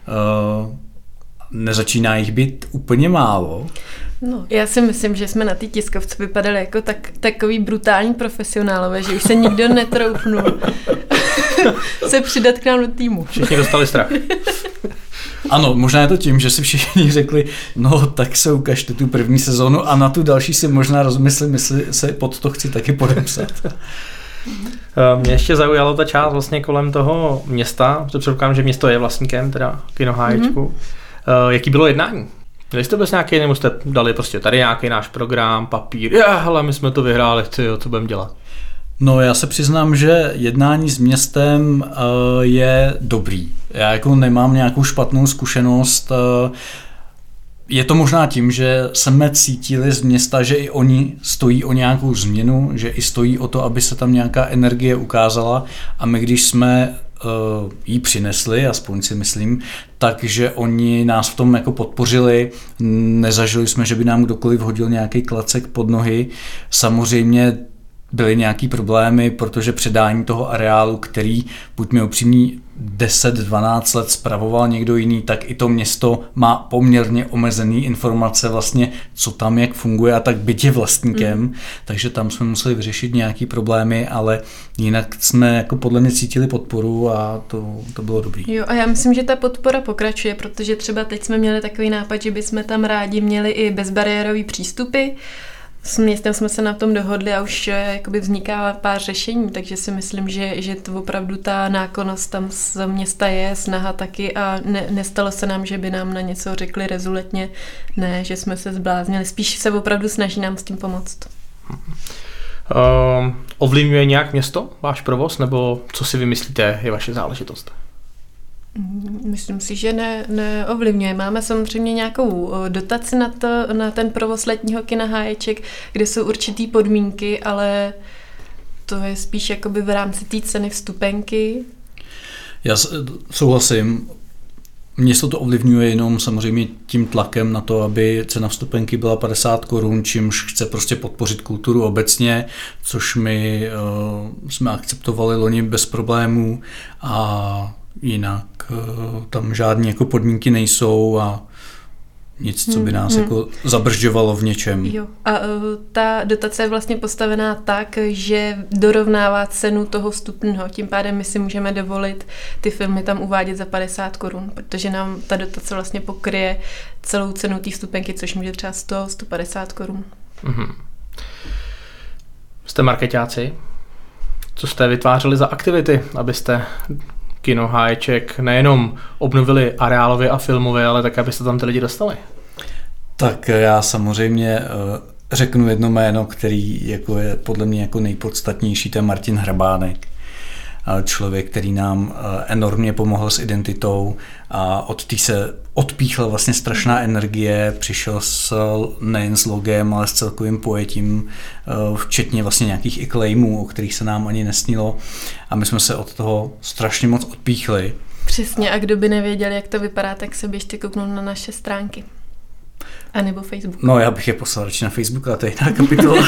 C: Nezačíná jich být úplně málo.
D: No, já si myslím, že jsme na té tiskovce vypadali jako tak, takový brutální profesionálové, že už se nikdo netroufnul se přidat k nám do týmu.
B: Všichni dostali strach.
C: Ano, možná je to tím, že si všichni řekli, no tak se ukažte tu první sezónu a na tu další si možná rozmyslím, jestli se pod to chci taky podepsat.
B: Mě ještě zaujala ta část vlastně kolem toho města, protože předpokládám, že město je vlastníkem, teda Kino Háječku. Mm-hmm. Jaký bylo jednání? Měli jste vůbec nějaký, nebo jste dali prostě tady nějaký náš program, papír, já, hele, my jsme to vyhráli, chci, jo, co budeme dělat?
C: No, já se přiznám, že jednání s městem uh, je dobrý. Já jako nemám nějakou špatnou zkušenost. Uh, je to možná tím, že jsme cítili z města, že i oni stojí o nějakou změnu, že i stojí o to, aby se tam nějaká energie ukázala a my, když jsme uh, ji přinesli, aspoň si myslím, takže oni nás v tom jako podpořili. Nezažili jsme, že by nám kdokoliv hodil nějaký klacek pod nohy. Samozřejmě byly nějaký problémy, protože předání toho areálu, který, buďme upřímní, deset dvanáct let spravoval někdo jiný, tak i to město má poměrně omezený informace vlastně, co tam, jak funguje a tak byť je vlastníkem, mm. takže tam jsme museli vyřešit nějaký problémy, ale jinak jsme jako podle mě cítili podporu a to, to bylo dobrý.
D: Jo, a já myslím, že ta podpora pokračuje, protože třeba teď jsme měli takový nápad, že bychom tam rádi měli i bezbariérový přístupy. S městem jsme se na tom dohodli a už jakoby vzniká pár řešení, takže si myslím, že, že to opravdu ta náklonost tam z města je, snaha taky a ne, nestalo se nám, že by nám na něco řekli rezolutně, ne, že jsme se zbláznili, spíš se opravdu snaží nám s tím pomoct.
B: Uh, ovlivňuje nějak město váš provoz, nebo co si vymyslíte je vaše záležitost?
D: Myslím si, že ne, neovlivňuje. Máme samozřejmě nějakou dotaci na, to, na ten provoz letního kina Háječek, kde jsou určitý podmínky, ale to je spíš jakoby v rámci té ceny vstupenky.
C: Já souhlasím. Město to ovlivňuje jenom samozřejmě tím tlakem na to, aby cena vstupenky byla padesát korun, čímž chce prostě podpořit kulturu obecně, což my uh, jsme akceptovali loni bez problémů a jinak uh, tam žádné jako podmínky nejsou a nic, co by nás hmm, jako zabržďovalo v něčem.
D: Jo. A uh, ta dotace je vlastně postavená tak, že dorovnává cenu toho vstupného. Tím pádem my si můžeme dovolit ty filmy tam uvádět za padesát korun, protože nám ta dotace vlastně pokryje celou cenu té vstupenky, což může třeba sto, sto padesát korun. Mm-hmm.
B: Jste markeťáci? Co jste vytvářeli za aktivity, abyste Kino Háječek nejenom obnovili areálově a filmově, ale tak, abyste tam ty lidi dostali?
C: Tak já samozřejmě řeknu jedno jméno, který jako je podle mě jako nejpodstatnější, to je Martin Hrabánek. Člověk, který nám enormně pomohl s identitou a od té se odpíchla vlastně strašná energie, přišel s, nejen s logem, ale s celkovým pojetím, včetně vlastně nějakých i claimů, o kterých se nám ani nesnilo a my jsme se od toho strašně moc odpíchli.
D: Přesně, a kdo by nevěděl, jak to vypadá, tak se běžte kouknout na naše stránky. A nebo Facebook.
C: No, já bych je poslal radši na Facebook, a to je jiná kapitola.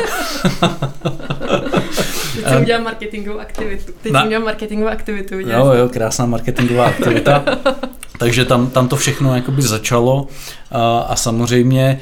D: Teď jsem udělal marketingovou aktivitu. Teď na... jsem udělal marketingovou aktivitu.
C: Jo, jo, krásná marketingová aktivita. Takže tam, tam to všechno jakoby začalo a, a samozřejmě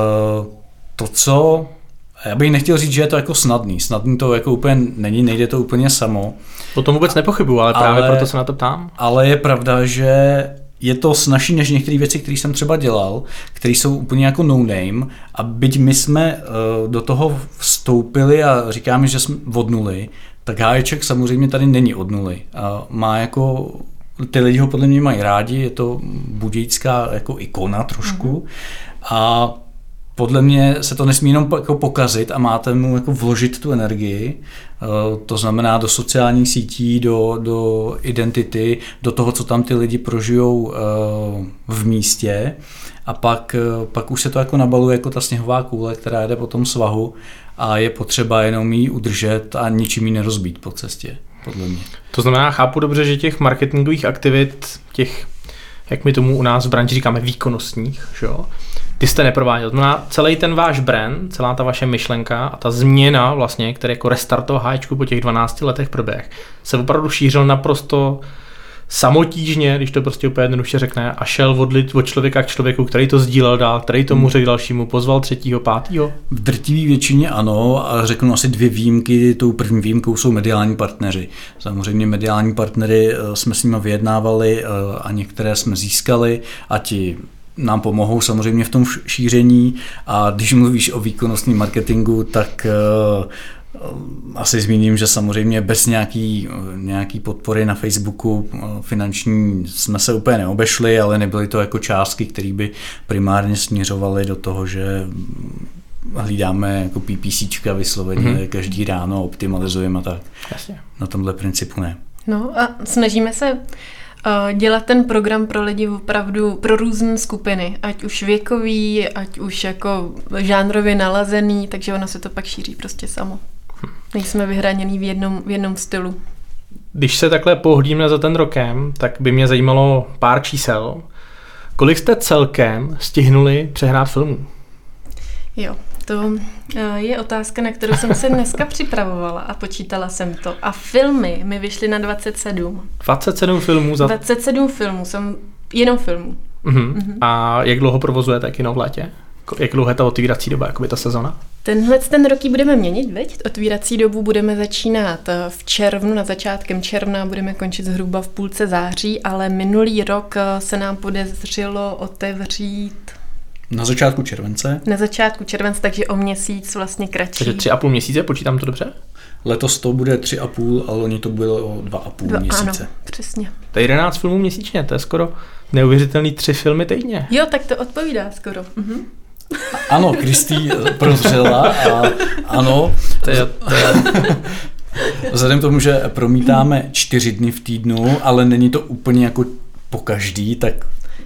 C: to, co... Já bych nechtěl říct, že je to jako snadný. Snadný to jako úplně není, nejde to úplně samo.
B: O tom vůbec nepochybuju, ale právě ale, proto se na to ptám.
C: Ale je pravda, že je to snazší než některé věci, které jsem třeba dělal, které jsou úplně jako no name a byť my jsme uh, do toho vstoupili a říkáme, že jsme od nuly, tak Háječek samozřejmě tady není od nuly. A má jako, ty lidi ho podle mě mají rádi, je to budějská jako ikona trošku mm-hmm. a podle mě se to nesmí jenom jako pokazit a máte mu jako vložit tu energii, to znamená do sociálních sítí, do, do identity, do toho, co tam ty lidi prožijou v místě a pak, pak už se to jako nabaluje jako ta sněhová koule, která jde po tom svahu a je potřeba jenom ji udržet a ničím ji nerozbít po cestě, podle mě.
B: To znamená, chápu dobře, že těch marketingových aktivit, těch, jak my tomu u nás v branži říkáme, výkonnostních, že jo? Ty jste neprováděl. To znamená, celý ten váš brand, celá ta vaše myšlenka a ta změna vlastně, která jako restart toho Háječku po těch dvanácti letech proběh, se opravdu šířil naprosto samotížně, když to prostě úplně jednoduše řekne, a šel od, lid, od člověka k člověku, který to sdílel dál, který tomu řekl dalšímu, pozval třetího, pátýho?
C: V drtivé většině ano, a řeknu asi dvě výjimky. Tou první výjimkou jsou mediální partneři. Samozřejmě mediální partnery jsme s nimi vyjednávali a některé jsme získali a ti nám pomohou samozřejmě v tom šíření a když mluvíš o výkonnostním marketingu, tak uh, asi zmíním, že samozřejmě bez nějaký, nějaký podpory na Facebooku finanční jsme se úplně neobešli, ale nebyly to jako částky, které by primárně směřovaly do toho, že hlídáme jako PPCčka vysloveně mm-hmm. každý ráno, optimalizujeme a tak.
B: Jasně. Na
C: tomhle principu ne.
D: No a snažíme se dělat ten program pro lidi opravdu pro různé skupiny, ať už věkový, ať už jako žánrově nalazený, takže ono se to pak šíří prostě samo. Nejsme vyhraněný v jednom, v jednom stylu.
B: Když se takhle pohlídíme za ten rokem, tak by mě zajímalo pár čísel. Kolik jste celkem stihnuli přehrát filmů? Jo,
D: to je otázka, na kterou jsem se dneska připravovala a počítala jsem to. A filmy mi vyšly na dvacet sedm.
B: dvacet sedm filmů za...
D: dvacet sedm filmů, jsem jenom filmů.
B: Uh-huh. Uh-huh. A jak dlouho provozujete kino v létě? Jak dlouho je ta otvírací doba, jakoby ta sezona?
D: Tenhle ten rok ji budeme měnit, veď? Otvírací dobu budeme začínat v červnu, na začátkem června, budeme končit zhruba v půlce září, ale minulý rok se nám podařilo otevřít...
C: Na začátku července.
D: Na začátku července, takže o měsíc vlastně kratší.
B: Takže tři a půl měsíce, počítám to dobře?
C: Letos to bude tři a půl, ale loni to bylo o dva a půl dva, měsíce.
D: Ano, přesně.
B: To je jedenáct filmů měsíčně, to je skoro neuvěřitelný tři filmy týdně.
D: Jo, tak to odpovídá skoro. Mhm.
C: Ano, Kristý prozřela a ano.
B: To je, to je.
C: Vzhledem k tomu, že promítáme čtyři dny v týdnu, ale není to úplně jako po každý, tak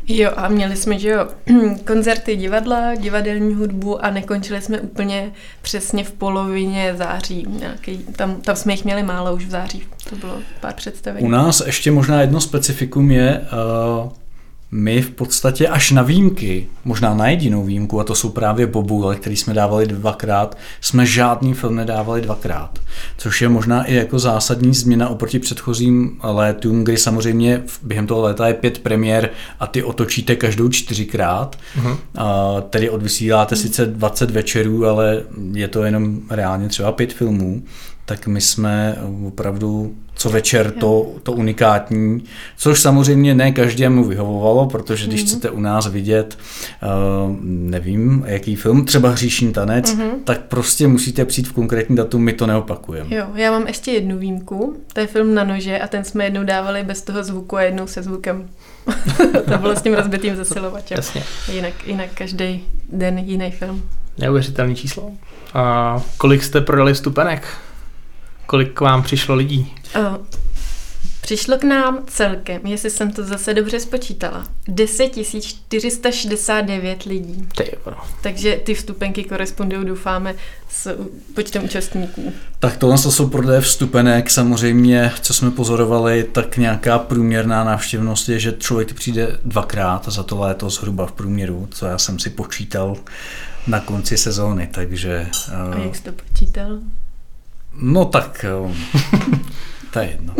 D: Jo, a měli jsme, že jo, koncerty divadla, divadelní hudbu a nekončili jsme úplně přesně v polovině září. Nějaký, tam, tam jsme jich měli málo už v září, to bylo pár představení.
C: U nás ještě možná jedno specifikum je, uh, my v podstatě až na výjimky, možná na jedinou výjimku, a to jsou právě bobule, který jsme dávali dvakrát, jsme žádný film nedávali dvakrát. Což je možná i jako zásadní změna oproti předchozím létům, kdy samozřejmě během toho léta je pět premiér a ty otočíte každou čtyřikrát. Uh-huh. A tedy odvysíláte uh-huh. sice dvacet večerů, ale je to jenom reálně třeba pět filmů. Tak my jsme opravdu co večer to, to unikátní, což samozřejmě ne každému vyhovovalo, protože když mm-hmm. chcete u nás vidět, uh, nevím, jaký film, třeba Hříšní tanec, mm-hmm. tak prostě musíte přijít v konkrétní datum, my to neopakujeme.
D: Jo, já mám ještě jednu výjimku, to je film Na nože a ten jsme jednou dávali bez toho zvuku a jednou se zvukem. To bylo s tím rozbitým zesilovačem.
B: Jasně.
D: Jinak, jinak každý den jiný film.
B: Neuvěřitelný číslo. A kolik jste prodali vstupenek? Kolik k vám přišlo lidí?
D: O, přišlo k nám celkem, jestli jsem to zase dobře spočítala, deset tisíc čtyři sta šedesát devět lidí.
B: Ty,
D: Takže ty vstupenky korespondují, doufáme, s počtem účastníků.
C: Tak tohle jsou prodeje vstupenek. Samozřejmě, co jsme pozorovali, tak nějaká průměrná návštěvnost je, že člověk přijde dvakrát za to léto zhruba v průměru, co já jsem si počítal na konci sezóny, takže...
D: A jak jsi to počítal?
C: No tak, to je jedno.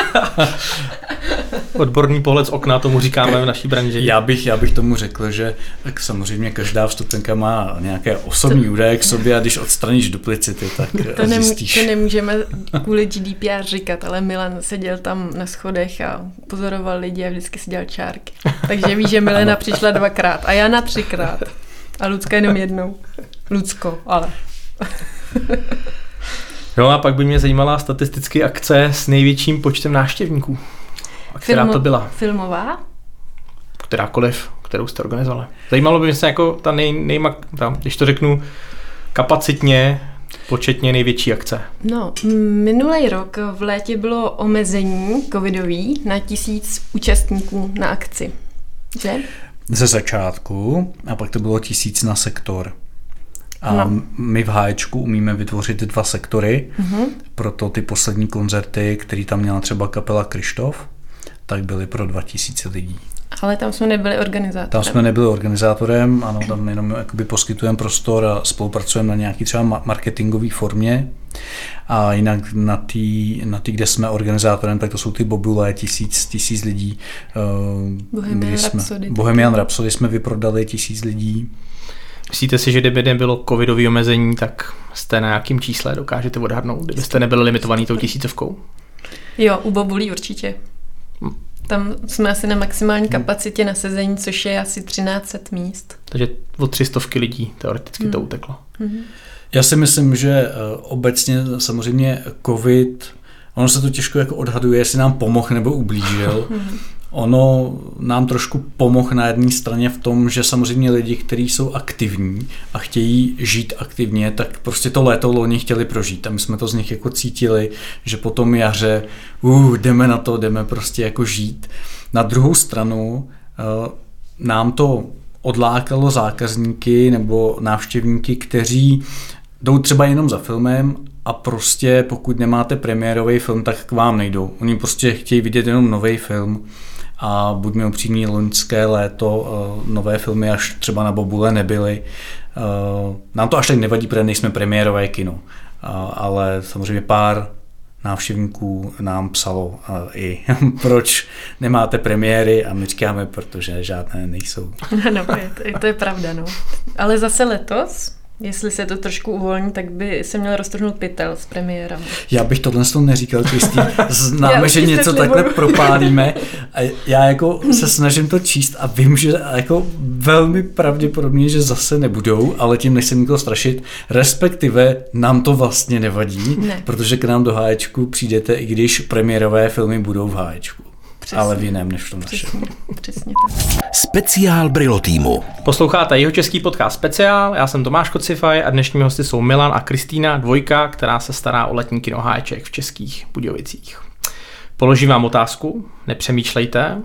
B: Odborný pohled z okna, tomu říkáme v naší branži.
C: Já bych, já bych tomu řekl, že tak samozřejmě každá vstupenka má nějaké osobní to... údaje k sobě a když odstraníš duplicity, tak
D: to
C: zjistíš.
D: Nem, to nemůžeme kvůli G D P R říkat, ale Milan seděl tam na schodech a pozoroval lidi a vždycky si dělal čárky. Takže víš, že Milena přišla dvakrát a Jana třikrát. A Lucka jenom jednou. Lucko, ale...
B: No a pak by mě zajímala statisticky akce s největším počtem návštěvníků. A která
D: Filmo,
B: to byla?
D: Filmová?
B: Kterákoliv, kterou jste organizovali. Zajímalo by mě se jako ta nej, nejma, ta, když to řeknu kapacitně, početně největší akce.
D: No, minulý rok v létě bylo omezení covidový na tisíc účastníků na akci. Že?
C: Ze začátku a pak to bylo tisíc na sektor. A no. my v Háječku umíme vytvořit dva sektory, uh-huh. proto ty poslední koncerty, který tam měla třeba kapela Krištof, tak byly pro dva tisíce lidí.
D: Ale tam jsme nebyli organizátorem.
C: Tam jsme nebyli organizátorem, ano, tam jenom jakoby poskytujeme prostor a spolupracujeme na nějaký třeba marketingové formě. A jinak na té, na tý, kde jsme organizátorem, tak to jsou ty bobule, tisíc, tisíc lidí.
D: Bohemian
C: jsme,
D: Rhapsody.
C: Bohemian Rhapsody jsme vyprodali tisíc lidí.
B: Myslíte si, že kdyby nebylo covidové omezení, tak jste na jakým čísle dokážete odhadnout, kdybyste nebyli limitovaný tou tisícovkou?
D: Jo, u bobulí určitě. Tam jsme asi na maximální kapacitě na sezení, což je asi třináct set míst.
B: Takže o tři stovky lidí teoreticky hmm. to uteklo.
D: Hmm.
C: Já si myslím, že obecně samozřejmě covid, ono se to těžko jako odhaduje, jestli nám pomohl nebo ublížil. Hmm. Ono nám trošku pomohl na jedné straně v tom, že samozřejmě lidi, kteří jsou aktivní a chtějí žít aktivně, tak prostě to léto loni chtěli prožít. A my jsme to z nich jako cítili, že po tom jaře uh, jdeme na to, jdeme prostě jako žít. Na druhou stranu uh, nám to odlákalo zákazníky nebo návštěvníky, kteří jdou třeba jenom za filmem a prostě pokud nemáte premiérový film, tak k vám nejdou. Oni prostě chtějí vidět jenom nový film a buďme upřímní, loňské léto nové filmy až třeba na bobule nebyly. Nám to až tak nevadí, protože nejsme premiérové kino, ale samozřejmě pár návštěvníků nám psalo i proč nemáte premiéry a my říkáme, protože žádné nejsou.
D: No, to je pravda, no. Ale zase letos, jestli se to trošku uvolní, tak by se měl roztrhnout pytel s premiérami.
C: Já bych tohle z toho neříkal, Kristý. Známe, že něco takhle propálíme. A já jako se snažím to číst a vím, že jako velmi pravděpodobně, že zase nebudou, ale tím nechci nikoho strašit. Respektive nám to vlastně nevadí, ne. Protože k nám do Háječku přijdete, i když premiérové filmy budou v Háječku. Přesně. Ale v jiném než v tom našem.
D: Přesně, přesně tak.
A: Speciál Brilo týmu.
B: Posloucháte Jihočeský podcast Speciál, já jsem Tomáš Kocifaj a dnešními hosty jsou Milan a Kristýna, dvojka, která se stará o letní kino Háječek v Českých Budějovicích. Položím vám otázku, nepřemýšlejte,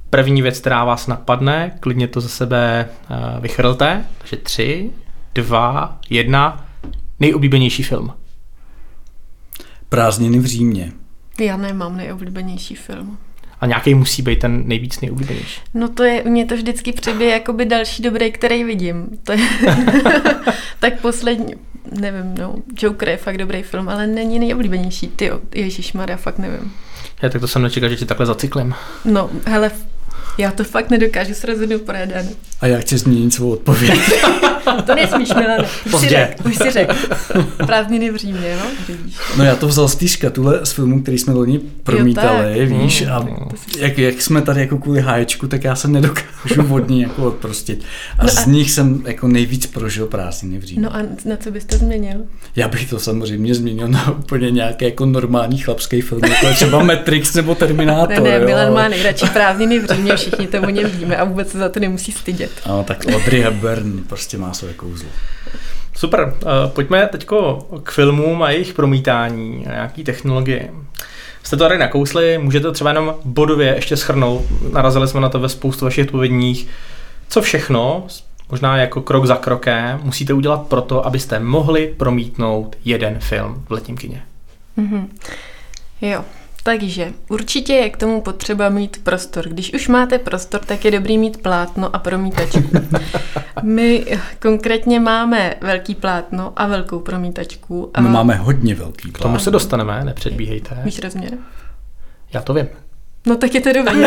B: první věc, která vás napadne, klidně to ze sebe uh, vychrlte. Takže tři, dva, jedna. Nejoblíbenější film.
C: Prázdniny v Římě.
D: Já nemám nejoblíbenější film.
B: A nějaký musí být ten nejvíc nejoblíbenější.
D: No to je, mě to vždycky přebije jakoby další dobrý, který vidím. To je tak poslední, nevím, no, Joker je fakt dobrý film, ale není nejoblíbenější. Tyjo, ježišmarja, fakt nevím.
B: Já tak to jsem nečekal, že ti takhle zacyklím.
D: No, hele, já to fakt nedokážu s rozhodnout pořádně.
C: A já chci změnit svou odpověď.
D: To nesmíš, Milane. Už si řek, už si řek. Prázdniny v Římě, no?
C: No já to vzal z té škatule z filmu, který jsme loni promítali, jo, víš, mm, a jak, jak jsme tady jako kvůli háječku, tak já se nedokážu od ní jako odprostit. A no z a... nich jsem jako nejvíc prožil Prázdniny v Římě.
D: No a na co byste změnil?
C: Já bych to samozřejmě změnil na úplně nějaký jako normální chlapský film, jako třeba Matrix nebo Terminátor.
D: Ne, ne,
C: jo,
D: Milan
C: ale...
D: má nejradši Prázdniny v Římě, všichni to o něm víme a vůbec se za to nemusí stydět.
C: Ano, tak Audrey Hepburn prostě má své kouzlo.
B: Super, uh, pojďme teďko k filmům a jejich promítání a nějaký technologie. Jste to tady nakousli, můžete třeba jenom bodově ještě shrnout, narazili jsme na to ve spoustu vašich odpovědních, co všechno, možná jako krok za krokem, musíte udělat pro to, abyste mohli promítnout jeden film v letním kině.
D: Mm-hmm. Jo. Takže určitě je k tomu potřeba mít prostor. Když už máte prostor, tak je dobrý mít plátno a promítačku. My konkrétně máme velký plátno a velkou promítačku. A...
C: My máme hodně velký plátno.
B: K tomu se dostaneme, nepředbíhejte.
D: Víš rozměr?
B: Já to vím.
D: No tak je to dobrý.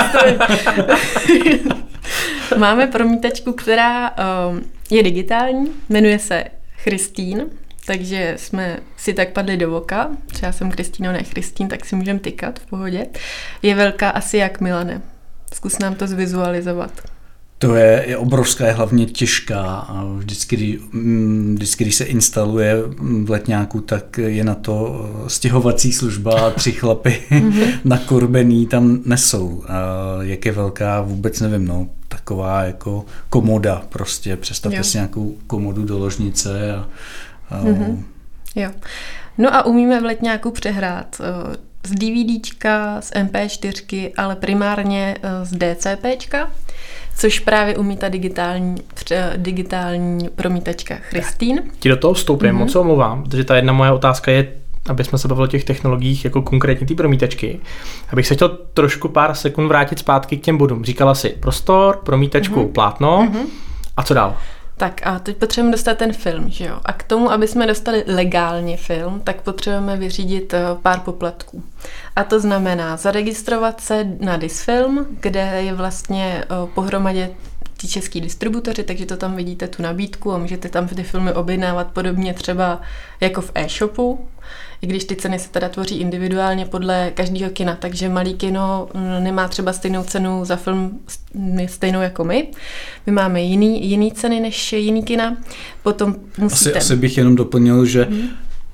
D: Máme promítačku, která um, je digitální, jmenuje se Christine. Takže jsme si tak padli do voka, třeba jsem Kristýno, ne Christine, tak si můžeme tykat v pohodě. Je velká asi jak Milane. Zkus nám to zvizualizovat.
C: To je, je obrovská, je hlavně těžká a vždycky, vždycky, když se instaluje v letňáku, tak je na to stěhovací služba a tři chlapy nakorbený tam nesou. A jak je velká, vůbec nevím, no, taková jako komoda prostě. Představte jo. si nějakou komodu do ložnice a
D: Mm-hmm. Jo. No a umíme v letňáku přehrát z DVDčka, z em pé čtyři, ale primárně z DCPčka, což právě umí ta digitální, digitální promítačka Christine.
B: Ti do toho vstoupím, mm-hmm. moc se omlouvám, protože ta jedna moje otázka je, aby jsme se bavili o těch technologiích, jako konkrétně ty promítačky. Abych se chtěl trošku pár sekund vrátit zpátky k těm bodům. Říkala si prostor, promítačku, mm-hmm. plátno mm-hmm. a co dál?
D: Tak a teď potřebujeme dostat ten film, že jo? A k tomu, aby jsme dostali legálně film, tak potřebujeme vyřídit pár poplatků. A to znamená zaregistrovat se na Disfilm, kde je vlastně pohromadě ti český distributoři, takže to tam vidíte tu nabídku a můžete tam ty filmy objednávat podobně třeba jako v e-shopu, i když ty ceny se teda tvoří individuálně podle každého kina, takže malý kino nemá třeba stejnou cenu za film stejnou jako my. My máme jiný, jiný ceny než jiný kina. Potom musíte...
C: Asi, asi bych jenom doplnil, že hmm.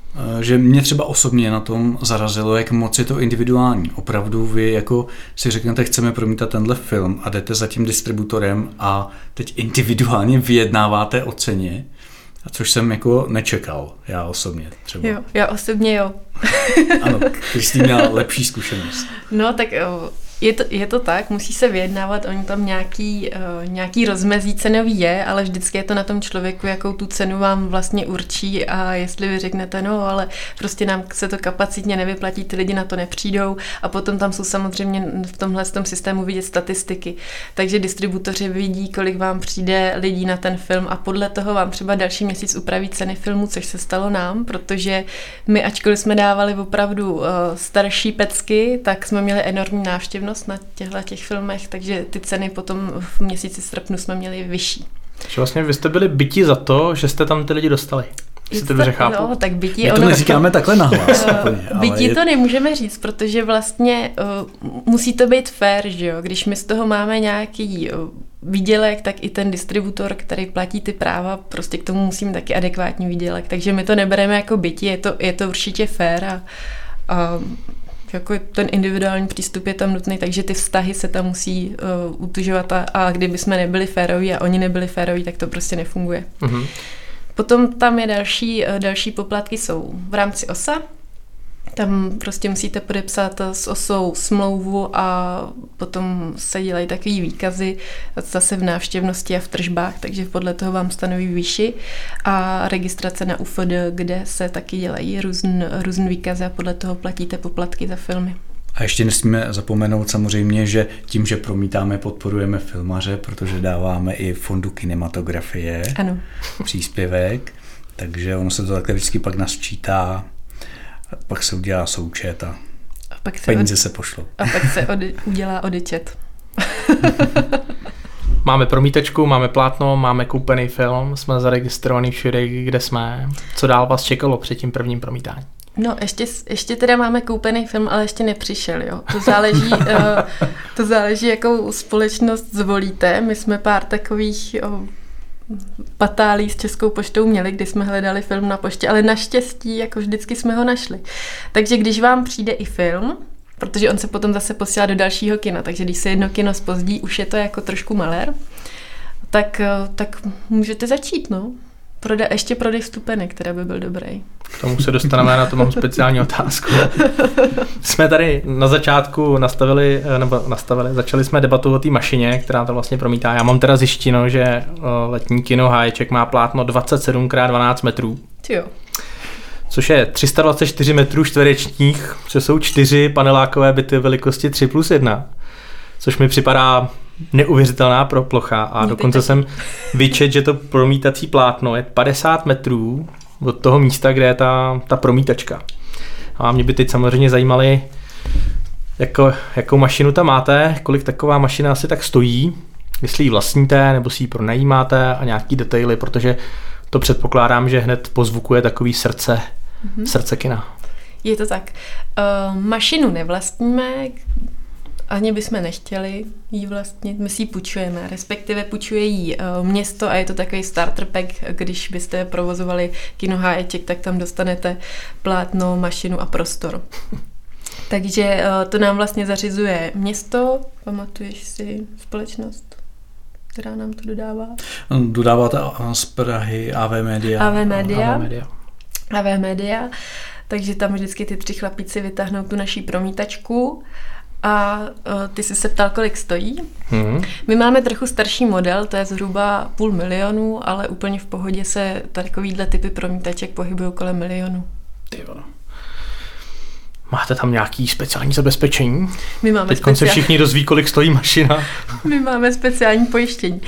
C: že mě třeba osobně na tom zarazilo, jak moc je to individuální. Opravdu vy jako si řeknete, chceme promítat tenhle film a jdete za tím distributorem a teď individuálně vyjednáváte o ceně, což jsem jako nečekal, já osobně třeba.
D: Jo, já osobně jo.
C: Ano, Kristýna měla lepší zkušenost.
D: No tak je to, je to tak, musí se vyjednávat, oni tam nějaký, uh, nějaký rozmezí cenový je, ale vždycky je to na tom člověku, jakou tu cenu vám vlastně určí a jestli vy řeknete, no ale prostě nám se to kapacitně nevyplatí, ty lidi na to nepřijdou a potom tam jsou samozřejmě v tomhle tom systému vidět statistiky. Takže distributoři vidí, kolik vám přijde lidí na ten film a podle toho vám třeba další měsíc upraví ceny filmu, což se stalo nám, protože my, ačkoliv jsme dávali opravdu uh, starší pecky, tak jsme měli enormní návštěvnost na těchto těch filmech, takže ty ceny potom v měsíci srpnu jsme měli vyšší.
B: Takže vlastně vy jste byli byti za to, že jste tam ty lidi dostali. Jestli to dobře chápu.
D: No, tak bytí,
C: My to
D: ono,
C: neříkáme takhle nahlas.
D: Bytí
C: je...
D: to nemůžeme říct, protože vlastně uh, musí to být fair, že jo? Když my z toho máme nějaký uh, výdělek, tak i ten distributor, který platí ty práva, prostě k tomu musí mít taky adekvátní výdělek. Takže my to nebereme jako bytí, je to, je to určitě fair a, a jako ten individuální přístup je tam nutný, takže ty vztahy se tam musí uh, utužovat a, a kdyby jsme nebyli féroví a oni nebyli féroví, tak to prostě nefunguje. Mm-hmm. Potom tam je další, uh, další poplatky jsou v rámci O S A, Tam prostě musíte podepsat s osou smlouvu a potom se dělají takový výkazy zase v návštěvnosti a v tržbách, takže podle toho vám stanoví výši a registrace na U F D, kde se taky dělají různ, různ výkazy a podle toho platíte poplatky za filmy.
C: A ještě nesmíme zapomenout samozřejmě, že tím, že promítáme, podporujeme filmaře, protože dáváme i fondu kinematografie
D: ano.
C: příspěvek, takže ono se to takhle vždycky pak nasčítá, pak se udělá součet a, a pak se peníze od... se pošlou.
D: A pak se od... udělá odečet.
B: Máme promítačku, máme plátno, máme koupený film, jsme zaregistrovaný všude, kde jsme. Co dál vás čekalo před tím prvním promítáním?
D: No, ještě, ještě teda máme koupený film, ale ještě nepřišel, jo. To záleží, uh, to záleží, jakou společnost zvolíte. My jsme pár takových uh, patálí s Českou poštou měli, kdy jsme hledali film na poště, ale naštěstí, jako vždycky jsme ho našli. Takže když vám přijde i film, protože on se potom zase posílá do dalšího kina, takže když se jedno kino zpozdí, už je to jako trošku malér, tak, uh, tak můžete začít, no. Proda, ještě prodej vstupenek, který by byl dobrý.
B: K tomu se dostaneme, na to mám speciální otázku. Jsme tady na začátku nastavili, nebo nastavili, začali jsme debatu o té mašině, která to vlastně promítá. Já mám teda zjištěno, že letní kino Háječek má plátno dvacet sedm krát dvanáct metrů.
D: Jo.
B: Což je tři sta dvacet čtyři metrů čtverečních, což jsou čtyři panelákové byty velikosti tři plus jedna. Což mi připadá neuvěřitelná pro plocha a dokonce jsem vyčet, že to promítací plátno je padesát metrů od toho místa, kde je ta, ta promítačka. A mě by teď samozřejmě zajímaly, jako, jakou mašinu tam máte, kolik taková mašina asi tak stojí, jestli ji vlastníte nebo si ji pronajímáte a nějaký detaily, protože to předpokládám, že hned po zvuku je takový srdce, mm-hmm. srdce kina.
D: Je to tak. Uh, mašinu nevlastníme, ani bychom nechtěli jí vlastnit, my si ji půjčujeme, respektive půjčuje jí uh, město a je to takový starter pack, když byste provozovali kino Háječek, tak tam dostanete plátno, mašinu a prostor. Takže uh, to nám vlastně zařizuje město, pamatuješ si společnost, která nám to dodává?
C: Dodává to z Prahy A V Media.
D: A V Media.
B: A V Media.
D: A V Media, takže tam vždycky ty tři chlapíci vytáhnou tu naší promítačku. A uh, ty jsi se ptal, kolik stojí. Mm-hmm. My máme trochu starší model, to je zhruba půl milionu, ale úplně v pohodě se takovýhle typy promítaček pohybují kolem milionu.
B: Tyvo. Máte tam nějaký speciální zabezpečení?
D: My máme
B: Teď
D: speciál...
B: se všichni dozví, kolik stojí mašina.
D: My máme speciální pojištění.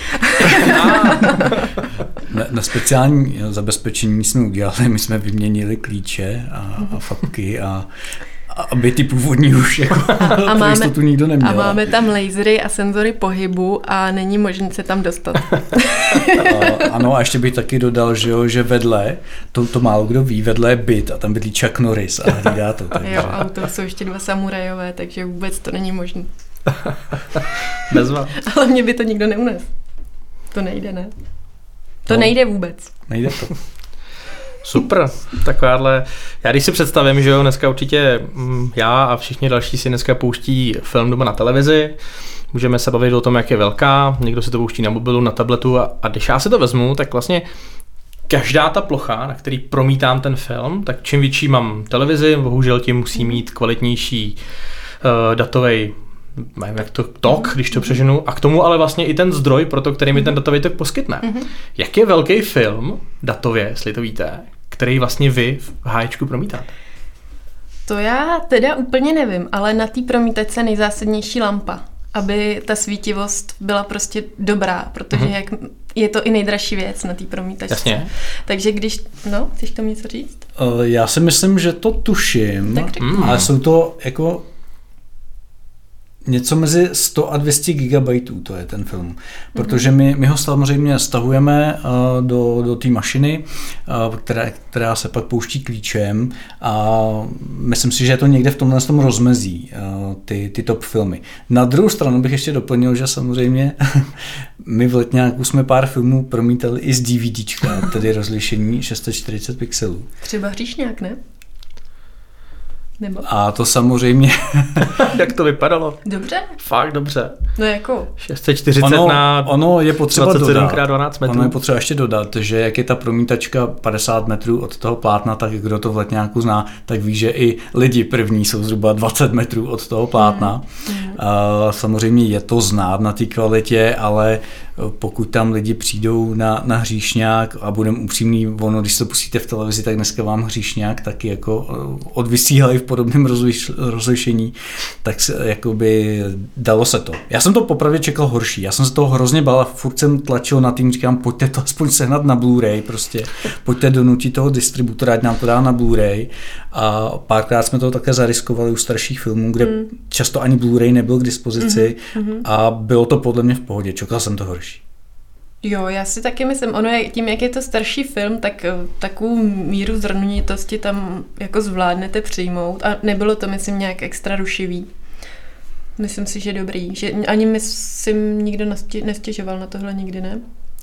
C: na, na speciální zabezpečení jsme udělali, my jsme vyměnili klíče a, a fapky a aby ty původní už jako a máme, jistotu nikdo neměl.
D: A máme tam lasery a senzory pohybu a není možné se tam dostat.
C: A, ano, a ještě bych taky dodal, že, jo, že vedle, to, to málo kdo ví, vedle je byt a tam bydlí Chuck Norris a hlídá to. Takže.
D: Jo, a to jsou ještě dva samurajové, takže vůbec to není možné.
B: Bezva.
D: Ale mě by to nikdo neunes. To nejde, ne? To no, nejde vůbec.
C: Nejde to.
B: Super, takováhle, já když si představím, že jo, dneska určitě já a všichni další si dneska pouští film doma na televizi, můžeme se bavit o tom, jak je velká, někdo si to pouští na mobilu, na tabletu a, a když já si to vezmu, tak vlastně každá ta plocha, na který promítám ten film, tak čím větší mám televizi, bohužel tím musí mít kvalitnější uh, datový nevím, jak to tok, když to přeženu, a k tomu ale vlastně i ten zdroj pro to, který mi ten datový tok poskytne. Mm-hmm. Jak je velký film, datově, jestli to víte, který vlastně vy v Háječku promítáte?
D: To já teda úplně nevím, ale na té promítačce nejzásadnější lampa, aby ta svítivost byla prostě dobrá, protože mm-hmm. jak je to i nejdražší věc na té promítačce.
B: Jasně.
D: Takže když, no, chceš tomu něco říct?
C: Já si myslím, že to tuším,
D: mm.
C: ale jsou to jako něco mezi sto a dvě stě gigabajtů, to je ten film. Protože my, my ho samozřejmě stahujeme uh, do, do té mašiny, uh, která, která se pak pouští klíčem a myslím si, že je to někde v tomhle tom rozmezí, uh, ty, ty top filmy. Na druhou stranu bych ještě doplnil, že samozřejmě my v Letňáku jsme pár filmů promítali i z DVDčka, tedy rozlišení šest set čtyřicet pixelů.
D: Třeba Hříšňák, ne? Nebo?
C: A to samozřejmě...
B: Jak to vypadalo?
D: Dobře.
B: Fakt dobře.
D: No jako...
B: šest set čtyřicet
C: ono,
B: na
C: ono je potřeba
B: dvacet sedm
C: dodat,
B: krát dvanáct metrů.
C: Ono je potřeba ještě dodat, že jak je ta promítačka padesát metrů od toho plátna, tak kdo to v letňáku zná, tak ví, že i lidi první jsou zhruba dvacet metrů od toho plátna. Mm. A samozřejmě je to znát na té kvalitě, ale pokud tam lidi přijdou na, na hříšňák a budeme upřímný, ono, když to pustíte v televizi, tak dneska vám hříšňák taky jako odvysílají v podobném rozliš, rozlišení, tak se, jakoby dalo se to. Já jsem to popravdě čekal horší, já jsem se toho hrozně bál a furt jsem tlačil na tým, říkám, pojďte to aspoň sehnat na Blu-ray, prostě pojďte donutit toho distributora, ať nám to dá na Blu-ray, a párkrát jsme to také zariskovali u starších filmů, kde mm. často ani Blu-ray nebyl k dispozici mm-hmm. a bylo to podle mě v pohodě, čekal jsem to horší.
D: Jo, já si taky myslím, ono je tím, jak je to starší film, tak takovou míru zrnunitosti tam jako zvládnete přijmout a nebylo to, myslím, nějak extra rušivý. Myslím si, že dobrý, že ani myslím nikdo nestěžoval na tohle nikdy, ne?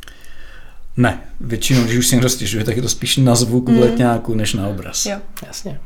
C: Ne, většinou, když už si někdo stěžuje, tak je to spíš na zvuk v letňáku, než na obraz.
D: Jo.
B: Jasně.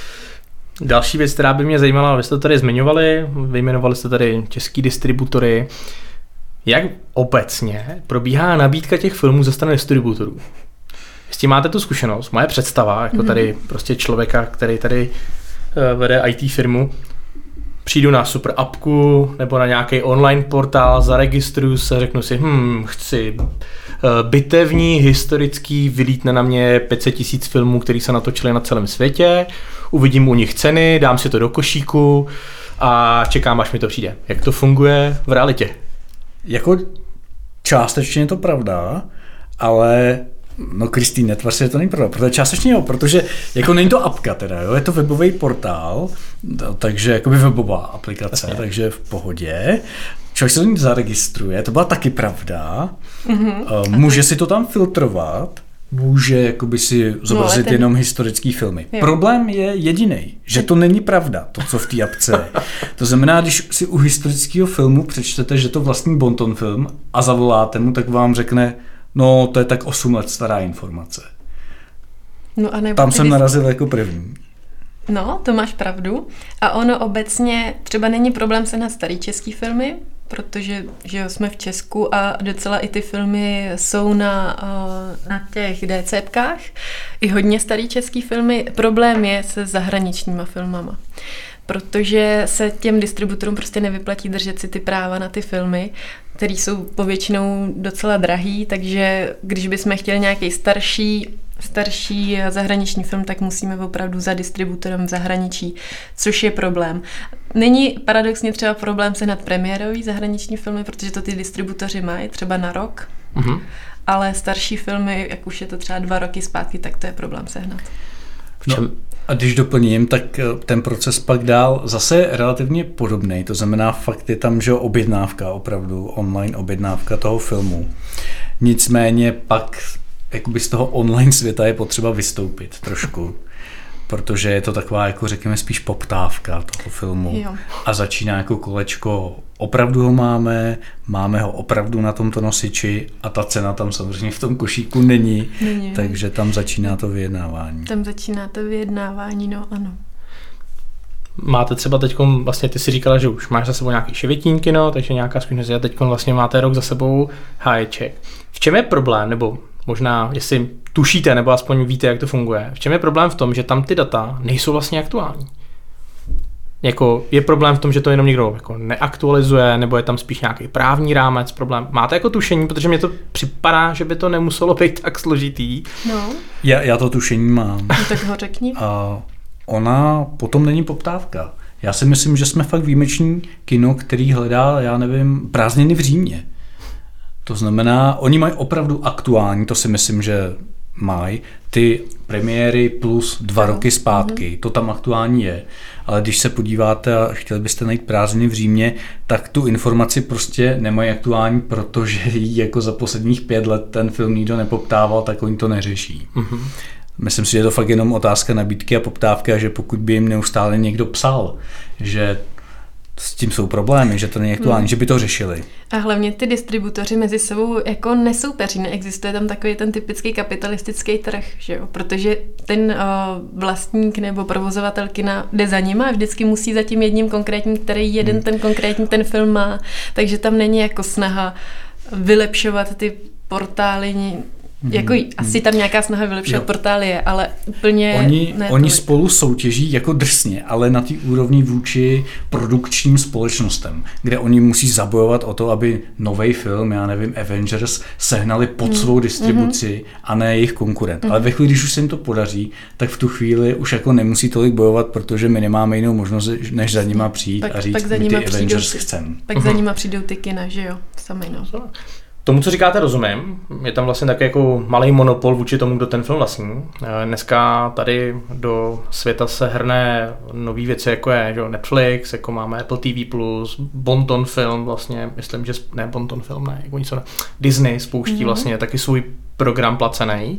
B: Další věc, která by mě zajímala, vy jste to tady zmiňovali, vyjmenovali jste tady český distributory. Jak obecně probíhá nabídka těch filmů ze strany distributorů? Jestli máte tu zkušenost, moje představa, jako tady prostě člověka, který tady uh, vede í té firmu, přijdu na super appku nebo na nějaký online portál, zaregistruju se, řeknu si, hm, chci uh, bitevní, historický, vylítne na mě pět set tisíc filmů, který se natočili na celém světě, uvidím u nich ceny, dám si to do košíku a čekám, až mi to přijde. Jak to funguje v realitě?
C: Jako částečně je to pravda, ale no Kristýn, netvař se, že to není pravda, protože částečně jo, protože jako není to apka teda, jo, je to webový portál, takže jakoby webová aplikace, Jasně. takže v pohodě. Člověk se to ní zaregistruje, to byla taky pravda, mm-hmm. může si to tam filtrovat, může jakoby si zobrazit no, ten... jenom historické filmy. Jo. Problém je jediný, že to není pravda, to, co v té apce je. To znamená, když si u historického filmu přečtete, že to vlastní Bonton film a zavoláte mu, tak vám řekne, no to je tak osm let stará informace.
D: No a nebo
C: tam jsem narazil jako první.
D: No, to máš pravdu. A ono obecně třeba není problém se na starý český filmy, protože že jo, jsme v Česku a docela i ty filmy jsou na, na těch DCPkách. I hodně starý český filmy. Problém je se zahraničníma filmama. Protože se těm distributorům prostě nevyplatí držet si ty práva na ty filmy, které jsou povětšinou docela drahý, takže když bychom chtěli nějaký starší starší zahraniční film, tak musíme opravdu za distributorem v zahraničí, což je problém. Není paradoxně třeba problém sehnat premiérový zahraniční filmy, protože to ty distributoři mají třeba na rok, mm-hmm. ale starší filmy, jak už je to třeba dva roky zpátky, tak to je problém sehnat.
C: No, a když doplním, tak ten proces pak dál zase relativně podobný, to znamená fakt je tam, že objednávka, opravdu online objednávka toho filmu. Nicméně pak jakoby z toho online světa je potřeba vystoupit trošku, protože je to taková, jako řekněme, spíš poptávka toho filmu. Jo. A začíná jako kolečko, opravdu ho máme, máme ho opravdu na tomto nosiči a ta cena tam samozřejmě v tom košíku není, není. Takže tam začíná to vyjednávání.
D: Tam začíná to vyjednávání, no ano.
B: Máte třeba teď, vlastně ty si říkala, že už máš za sebou nějaký ševětínky, no, takže nějaká zkušenost, a teď vlastně máte rok za sebou háječek. V čem je problém, nebo možná, jestli tušíte, nebo aspoň víte, jak to funguje. V čem je problém v tom, že tam ty data nejsou vlastně aktuální? Jako je problém v tom, že to jenom někdo jako neaktualizuje, nebo je tam spíš nějaký právní rámec problém? Máte jako tušení, protože mě to připadá, že by to nemuselo být tak složitý.
D: No.
C: Já, já to tušení mám.
D: No, tak ho řekni.
C: A ona potom není poptávka. Já si myslím, že jsme fakt výjimeční kino, který hledá, já nevím, prázdniny v Římě. To znamená, oni mají opravdu aktuální, to si myslím, že mají, ty premiéry plus dva roky zpátky, mm-hmm. to tam aktuální je. Ale když se podíváte a chtěli byste najít prázdniny v Římě, tak tu informaci prostě nemají aktuální, protože ji jako za posledních pět let ten film nikdo nepoptával, tak oni to neřeší. Mm-hmm. Myslím si, že je to fakt jenom otázka nabídky a poptávky a že pokud by jim neustále někdo psal, že s tím jsou problémy, že to není aktuální, hmm. že by to řešili.
D: A hlavně ty distributoři mezi sebou jako nesoupeří, neexistuje tam takový ten typický kapitalistický trh, že jo? Protože ten uh, vlastník nebo provozovatel kina jde za ním a vždycky musí za tím jedním konkrétním, který jeden hmm. ten konkrétní ten film má, takže tam není jako snaha vylepšovat ty portály, jako hmm. asi tam nějaká snaha vylepšovat jo. portály je, ale úplně
C: Oni,
D: ne
C: oni spolu soutěží jako drsně, ale na té úrovni vůči produkčním společnostem, kde oni musí zabojovat o to, aby nový film, já nevím, Avengers, sehnali pod hmm. svou distribuci hmm. a ne jejich konkurent. Hmm. Ale ve chvíli, když už se jim to podaří, tak v tu chvíli už jako nemusí tolik bojovat, protože my nemáme jinou možnost, než za nima přijít
D: pak,
C: a říct,
D: pak za
C: my ty Avengers
D: ty,
C: chcem.
D: Pak uh-huh. za nima přijdou ty kina, že jo, sami no.
B: Tomu, co říkáte, rozumím. Je tam vlastně taky jako malý monopol vůči tomu, kdo ten film vlastní. Dneska tady do světa se hrne nový věci, jako je že Netflix, jako máme Apple T V plus, Bonton film vlastně, myslím, že ne Bonton film, ne, jako něco, Disney spouští mm-hmm. vlastně taky svůj program placený.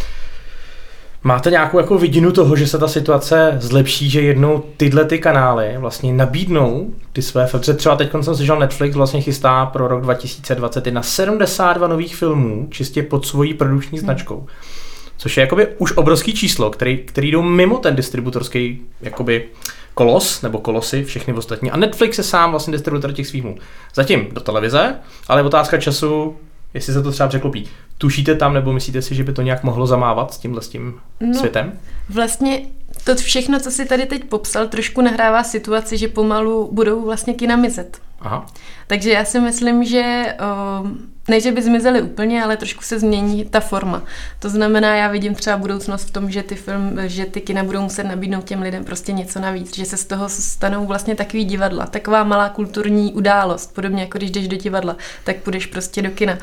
B: Máte nějakou jako vidinu toho, že se ta situace zlepší, že jednou tyhle ty kanály vlastně nabídnou ty své filmy? Třeba teď jsem slyšel, Netflix vlastně chystá pro rok dva tisíce dvacet jedna sedmdesát dva nových filmů čistě pod svojí produkční značkou. Což je jakoby už obrovský číslo, který, který jdou mimo ten distributorský jakoby kolos, nebo kolosy, všechny ostatní. A Netflix je sám vlastně distributor těch svých filmů. Zatím do televize, ale otázka času, jestli se to třeba překlopí. Tušíte tam, nebo myslíte si, že by to nějak mohlo zamávat s tímhle s tím
D: no,
B: světem?
D: Vlastně to všechno, co si tady teď popsal, trošku nahrává situaci, že pomalu budou vlastně kina mizet.
B: Aha.
D: Takže já si myslím, že ne, že by zmizely úplně, ale trošku se změní ta forma. To znamená, já vidím třeba budoucnost v tom, že ty film, že ty kina budou muset nabídnout těm lidem prostě něco navíc, že se z toho stanou vlastně takový divadla, taková malá kulturní událost, podobně jako když jdeš do divadla, tak půjdeš prostě do kina.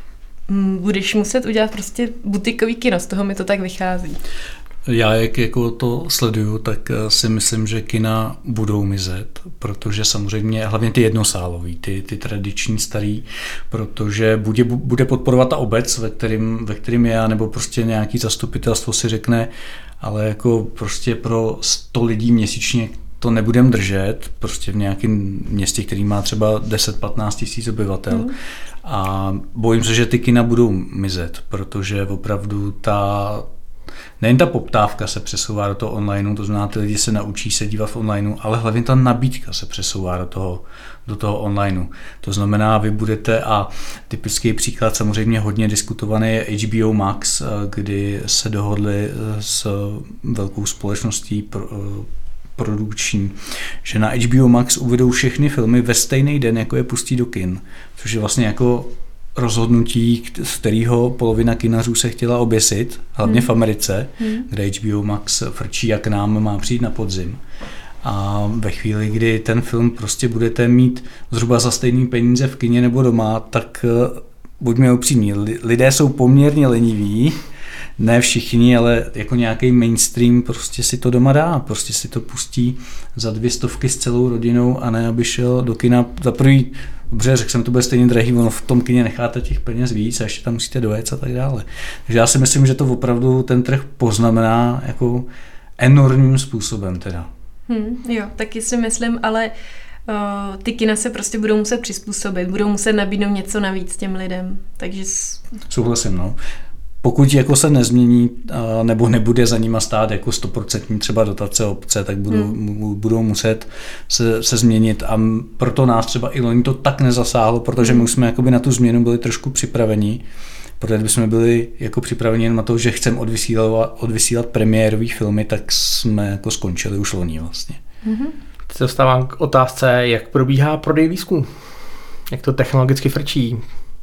D: Budeš muset udělat prostě butikový kino, z toho mi to tak vychází.
C: Já, jak jako to sleduju, tak si myslím, že kina budou mizet, protože samozřejmě, hlavně ty jednosálový, ty, ty tradiční starý, protože bude, bude podporovat ta obec, ve kterým, ve kterým je, nebo prostě nějaký zastupitelstvo si řekne, ale jako prostě pro sto lidí měsíčně to nebudem držet, prostě v nějakém městě, který má třeba deset patnáct tisíc obyvatel. Mm. A bojím se, že ty kina budou mizet, protože opravdu ta nejen ta poptávka se přesouvá do toho onlineu, to znamená, ty lidi se naučí se dívat v onlineu, ale hlavně ta nabídka se přesouvá do toho, do toho onlineu. To znamená, vy budete, a typický příklad samozřejmě hodně diskutovaný je H B O Max, kdy se dohodli s velkou společností pro, produkční, že na H B O Max uvedou všechny filmy ve stejný den, jako je pustí do kin, což je vlastně jako rozhodnutí, z kterého polovina kinařů se chtěla oběsit, hlavně hmm. v Americe, hmm. kde H B O Max frčí, jak nám má přijít na podzim. A ve chvíli, kdy ten film prostě budete mít zhruba za stejný peníze v kině nebo doma, tak buďme upřímní, lidé jsou poměrně leniví, ne všichni, ale jako nějaký mainstream prostě si to doma dá, prostě si to pustí za dvě stovky s celou rodinou a ne, aby šel do kina za prvý, dobře, řekl jsem, to bude stejně drahý, ono v tom kině necháte těch peněz víc a ještě tam musíte dojet a tak dále. Takže já si myslím, že to opravdu ten trh poznamená jako enormním způsobem teda.
D: Hmm, jo, taky si myslím, ale uh, ty kina se prostě budou muset přizpůsobit, budou muset nabídnout něco navíc těm lidem, takže...
C: Souhlasím, no. Pokud jako se nezmění nebo nebude za nima stát jako stoprocentní třeba dotace obce, tak budou, hmm. budou muset se, se změnit a proto nás třeba i loni to tak nezasáhlo, protože my už jsme jakoby na tu změnu byli trošku připraveni, protože bychom byli jako připraveni jen na to, že chceme odvysílat, odvysílat premiérový filmy, tak jsme jako skončili už loni vlastně.
B: Hmm. Teď se dostávám k otázce, jak probíhá prodej lístků, jak to technologicky frčí.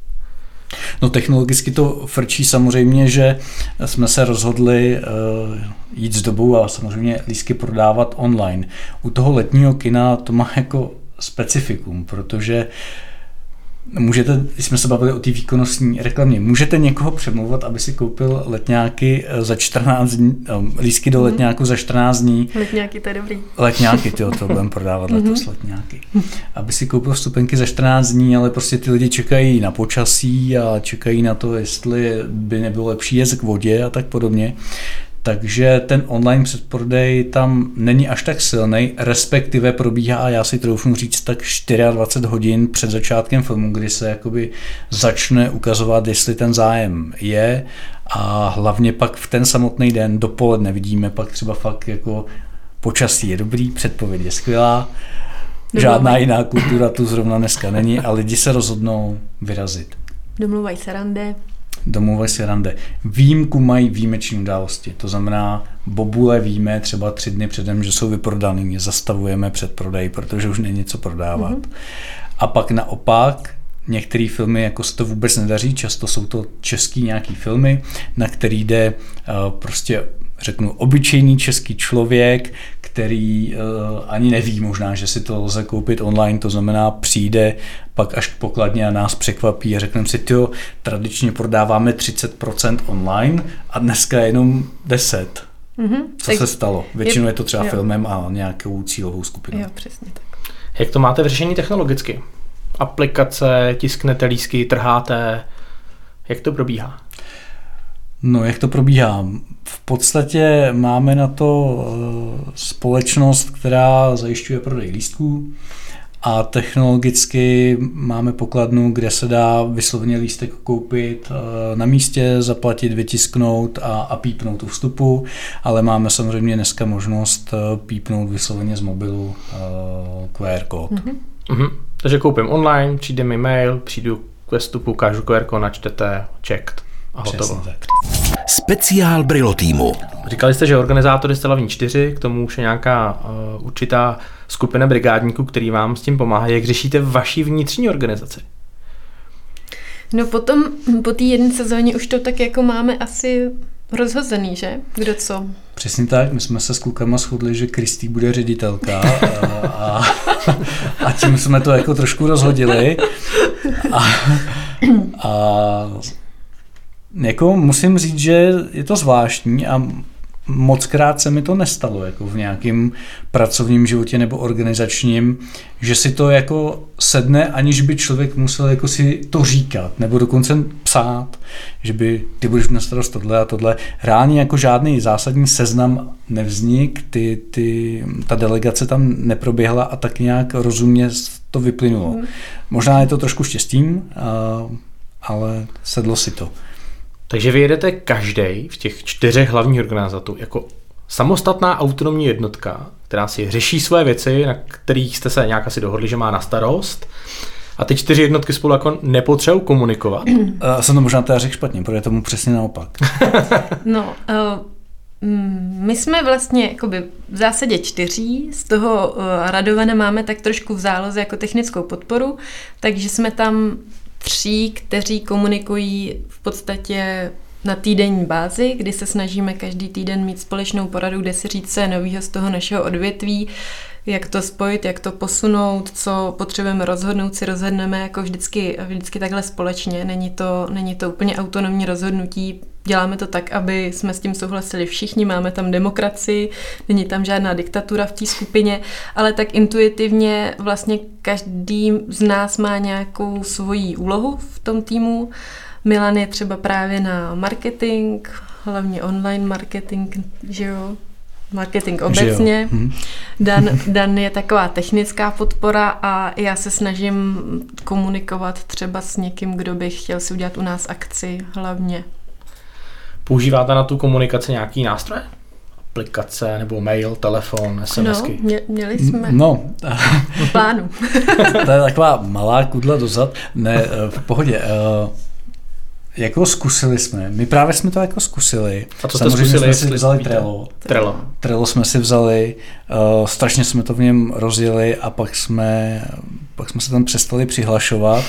C: No technologicky to frčí samozřejmě, že jsme se rozhodli uh, jít s dobou a samozřejmě lístky prodávat online. U toho letního kina to má jako specifikum, protože můžete, když jsme se bavili o té výkonnostní reklamě, můžete někoho přemlouvat, aby si koupil letňáky za čtrnáct dní, lístky do letňáku za čtrnáct dní.
D: Letňáky, to je dobrý.
C: Letňáky, tyjo, to budeme prodávat letos, letňáky. Aby si koupil vstupenky za čtrnáct dní, ale prostě ty lidi čekají na počasí a čekají na to, jestli by nebylo lepší jet k vodě a tak podobně. takže ten online předprodej tam není až tak silný, respektive probíhá, já si troufnu říct, tak dvacet čtyři hodin před začátkem filmu, kdy se jakoby začne ukazovat, jestli ten zájem je, a hlavně pak v ten samotný den dopoledne vidíme pak třeba fakt jako počasí je dobrý, předpověď je skvělá, žádná jiná kultura tu zrovna dneska není a lidi se rozhodnou vyrazit.
D: Domluvají se rande.
C: Domluvají se rande. Výjimku mají výjimeční události, to znamená bobule víme třeba tři dny předem, že jsou vyprodaný, zastavujeme předprodej, protože už není co prodávat. Mm-hmm. A pak naopak některé filmy jako se to vůbec nedaří, často jsou to český nějaký filmy, na který jde uh, prostě řeknu obyčejný český člověk, který uh, ani neví možná, že si to lze koupit online, to znamená přijde pak až k pokladně a nás překvapí a řekneme si, tyjo, tradičně prodáváme třicet procent online a dneska jenom deset. Mm-hmm. Co tak se stalo? Většinou je, je to třeba jo. filmem a nějakou cílovou skupinou.
D: Jo, přesně tak.
B: Jak to máte vyřešení technologicky? Aplikace, tisknete lístky, trháte, jak to probíhá?
C: No, jak to probíhá? V podstatě máme na to společnost, která zajišťuje prodej lístků a technologicky máme pokladnu, kde se dá vysloveně lístek koupit na místě, zaplatit, vytisknout a, a pípnout u vstupu, ale máme samozřejmě dneska možnost pípnout vysloveně z mobilu Q R kód.
B: Mm-hmm. Mm-hmm. Takže koupím online, přijde mi mail, přijdu k vstupu, ukážu Q R kód, načtete, checked. A hotovo.
A: Speciál Brilo týmu.
B: Říkali jste, že organizátory jste hlavní čtyři, k tomu už je nějaká uh, určitá skupina brigádníků, který vám s tím pomáhají. Jak řešíte vaši vnitřní organizaci?
D: No potom, po té jedné sezóně už to tak jako máme asi rozhozený, že? Kdo co?
C: Přesně tak, my jsme se s klukama shodli, že Kristý bude ředitelka a, a, a tím jsme to jako trošku rozhodili. A, a jako musím říct, že je to zvláštní a mockrát se mi to nestalo jako v nějakém pracovním životě nebo organizačním, že si to jako sedne, aniž by člověk musel jako si to říkat nebo dokonce psát, že by ty budeš na starost tohle a tohle. Reálně jako žádný zásadní seznam nevznik, ty, ty, ta delegace tam neproběhla a tak nějak rozumně to vyplynulo. Mm. Možná je to trošku štěstím, ale sedlo si to.
B: Takže vy jedete každej v těch čtyřech hlavních organizátorů jako samostatná autonomní jednotka, která si řeší své věci, na kterých jste se nějak asi dohodli, že má na starost, a ty čtyři jednotky spolu jako nepotřebují komunikovat?
C: Já jsem to možná teda řekl špatně, protože je tomu přesně naopak.
D: No, uh, my jsme vlastně jakoby v zásadě čtyří, z toho uh, Radovana máme tak trošku v záloze jako technickou podporu, takže jsme tam tří, kteří komunikují v podstatě na týdenní bázi, kdy se snažíme každý týden mít společnou poradu, kde si říct, co je novýho z toho našeho odvětví, jak to spojit, jak to posunout, co potřebujeme rozhodnout, si rozhodneme jako vždycky, vždycky takhle společně. Není to, není to úplně autonomní rozhodnutí, děláme to tak, aby jsme s tím souhlasili všichni, máme tam demokracii, není tam žádná diktatura v té skupině, ale tak intuitivně vlastně každý z nás má nějakou svoji úlohu v tom týmu. Milan je třeba právě na marketing, hlavně online marketing, že jo, marketing obecně. Hmm. Dan, Dan je taková technická podpora a já se snažím komunikovat třeba s někým, kdo by chtěl si udělat u nás akci hlavně.
B: Používáte na tu komunikaci nějaký nástroje? Aplikace nebo mail, telefon, SMSky?
D: No, mě, měli jsme.
C: No.
D: V plánu.
C: To je taková malá kudla dozad. Ne, v pohodě. Jako zkusili jsme. My právě jsme to jako zkusili.
B: A co jste zkusili?
C: Jsme si vzali Trello.
B: Trello.
C: Trello jsme si vzali, uh, strašně jsme to v něm rozjeli a pak jsme, pak jsme se tam přestali přihlašovat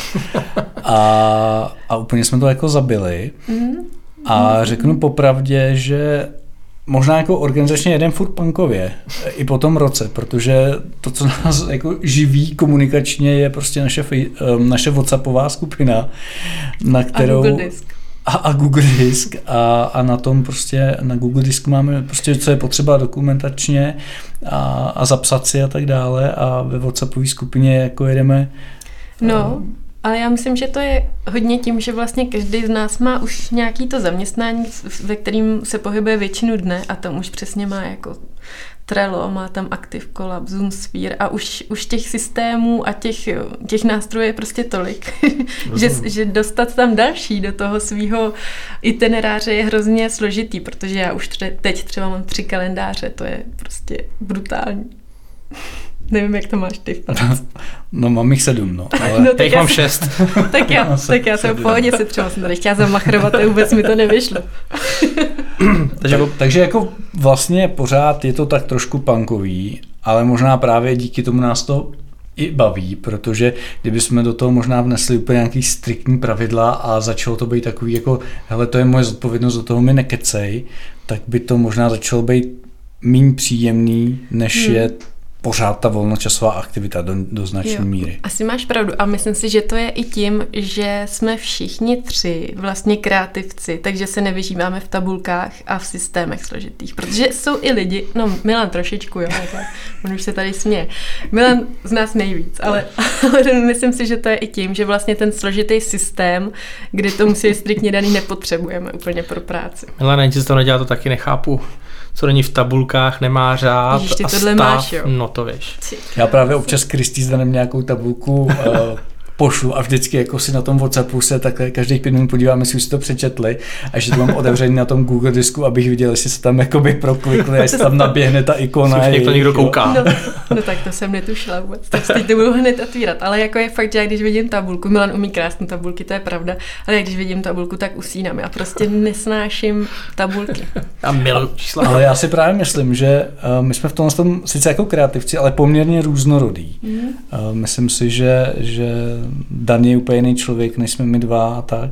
C: a, a úplně jsme to jako zabili. Mm-hmm. A řeknu popravdě, že možná jako organizačně jedem furt punkově i po tom roce, protože to, co nás jako živí komunikačně, je prostě naše, naše WhatsAppová skupina, na kterou...
D: A Google Disk.
C: A, a Google Disk a, a na tom prostě, na Google Disku máme prostě, co je potřeba dokumentačně a, a zapsat si a tak dále a ve WhatsAppové skupině jako jedeme...
D: No, Ale já myslím, že to je hodně tím, že vlastně každý z nás má už nějaký to zaměstnání, ve kterým se pohybuje většinu dne a tam už přesně má jako Trello, má tam Active Collab, Zoom Sphere a už, už těch systémů a těch, těch nástrojů je prostě tolik, že, že dostat tam další do toho svého itineráře je hrozně složitý, protože já už tře, teď třeba mám tři kalendáře, to je prostě brutální. Nevím, jak to máš ty.
C: No mám jich sedm, no. Ale...
B: no já jich mám šest.
D: tak já, no, tak já jsem v pohodě, si třeba jsem tady chtěla zamachrovat a vůbec mi to nevyšlo.
C: takže, tak, takže jako vlastně pořád je to tak trošku punkový, ale možná právě díky tomu nás to i baví, protože kdyby jsme do toho možná vnesli úplně nějaký striktní pravidla a začalo to být takový jako, hele, to je moje zodpovědnost, do toho mi nekecej, tak by to možná začalo být méně příjemný, než hmm. je pořád ta volnočasová aktivita do, do značné míry.
D: Asi máš pravdu a myslím si, že to je i tím, že jsme všichni tři vlastně kreativci, takže se nevyžíváme v tabulkách a v systémech složitých, protože jsou i lidi, no Milan trošičku, jo, tak, on už se tady směje. Milan z nás nejvíc, ale, ale myslím si, že to je i tím, že vlastně ten složitý systém, kdy to musí být striktně daný, nepotřebujeme úplně pro práci.
B: Milan, nic to nedělá, to taky nechápu. Co není v tabulkách, nemá řád
D: Ježiš, ty
B: a
D: tohle
B: stav,
D: máš, jo.
B: No to víš.
C: Já právě občas Kristý zdanem nějakou tabulku uh, pošlu a vždycky jako si na tom WhatsAppu se takhle každých pět minut podívám, jestli už si to přečetli a že to mám otevřený na tom Google disku, abych viděl, jestli se tam jakoby proklikli, jestli tam naběhne ta ikona.
B: Už někdo někdo kouká.
D: No, no tak to jsem netušila vůbec, teď to budu hned otvírat, ale jako je fakt, že já když vidím tabulku, Milan umí krásnou tabulky, to je pravda, ale když vidím tabulku, tak usínám, já prostě nesnáším tabulky.
B: Já miluji čísla.
C: Ale já si právě myslím, že uh, my jsme v tomhle tom sice jako kreativci, ale poměrně různorodí. Mm. Uh, myslím si, že, že Dan je úplně jiný člověk, než jsme my dva a tak.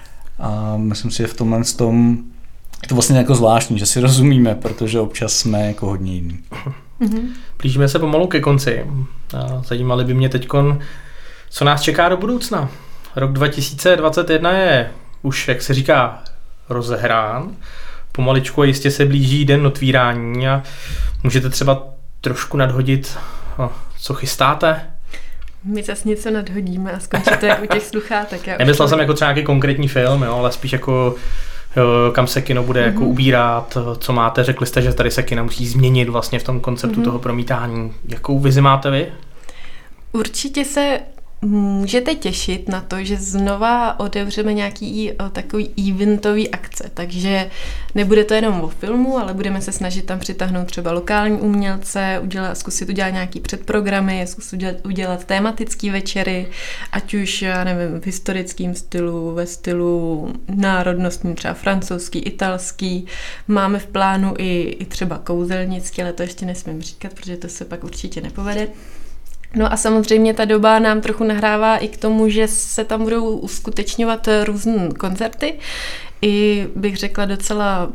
C: A myslím si, že v tomhle tom je to vlastně jako zvláštní, že si rozumíme, protože občas jsme jako hodně jiní.
B: Mm-hmm. Blížíme se pomalu ke konci. Zajímali by mě teďkon, co nás čeká do budoucna. Rok dva tisíce dvacet jedna je už, jak se říká, rozehrán. Pomaličku a jistě se blíží den otvírání a můžete třeba trošku nadhodit, co chystáte?
D: My zase něco nadhodíme a skončí to jak u těch sluchátek. Já
B: Nemyslel jsem jako třeba nějaký konkrétní film, jo, ale spíš jako jo, kam se kino bude mm-hmm. jako ubírat, co máte. Řekli jste, že tady se kina musí změnit vlastně v tom konceptu mm-hmm. toho promítání. Jakou vizi máte vy?
D: Určitě se můžete těšit na to, že znova otevřeme nějaký o, takový eventový akce, takže nebude to jenom o filmu, ale budeme se snažit tam přitáhnout třeba lokální umělce, udělat, zkusit udělat nějaký předprogramy, zkusit udělat, udělat tématický večery, ať už, já nevím, v historickém stylu, ve stylu národnostním, třeba francouzský, italský. Máme v plánu i, i třeba kouzelnický, ale to ještě nesmím říkat, protože to se pak určitě nepovede. No a samozřejmě ta doba nám trochu nahrává i k tomu, že se tam budou uskutečňovat různé koncerty. I bych řekla docela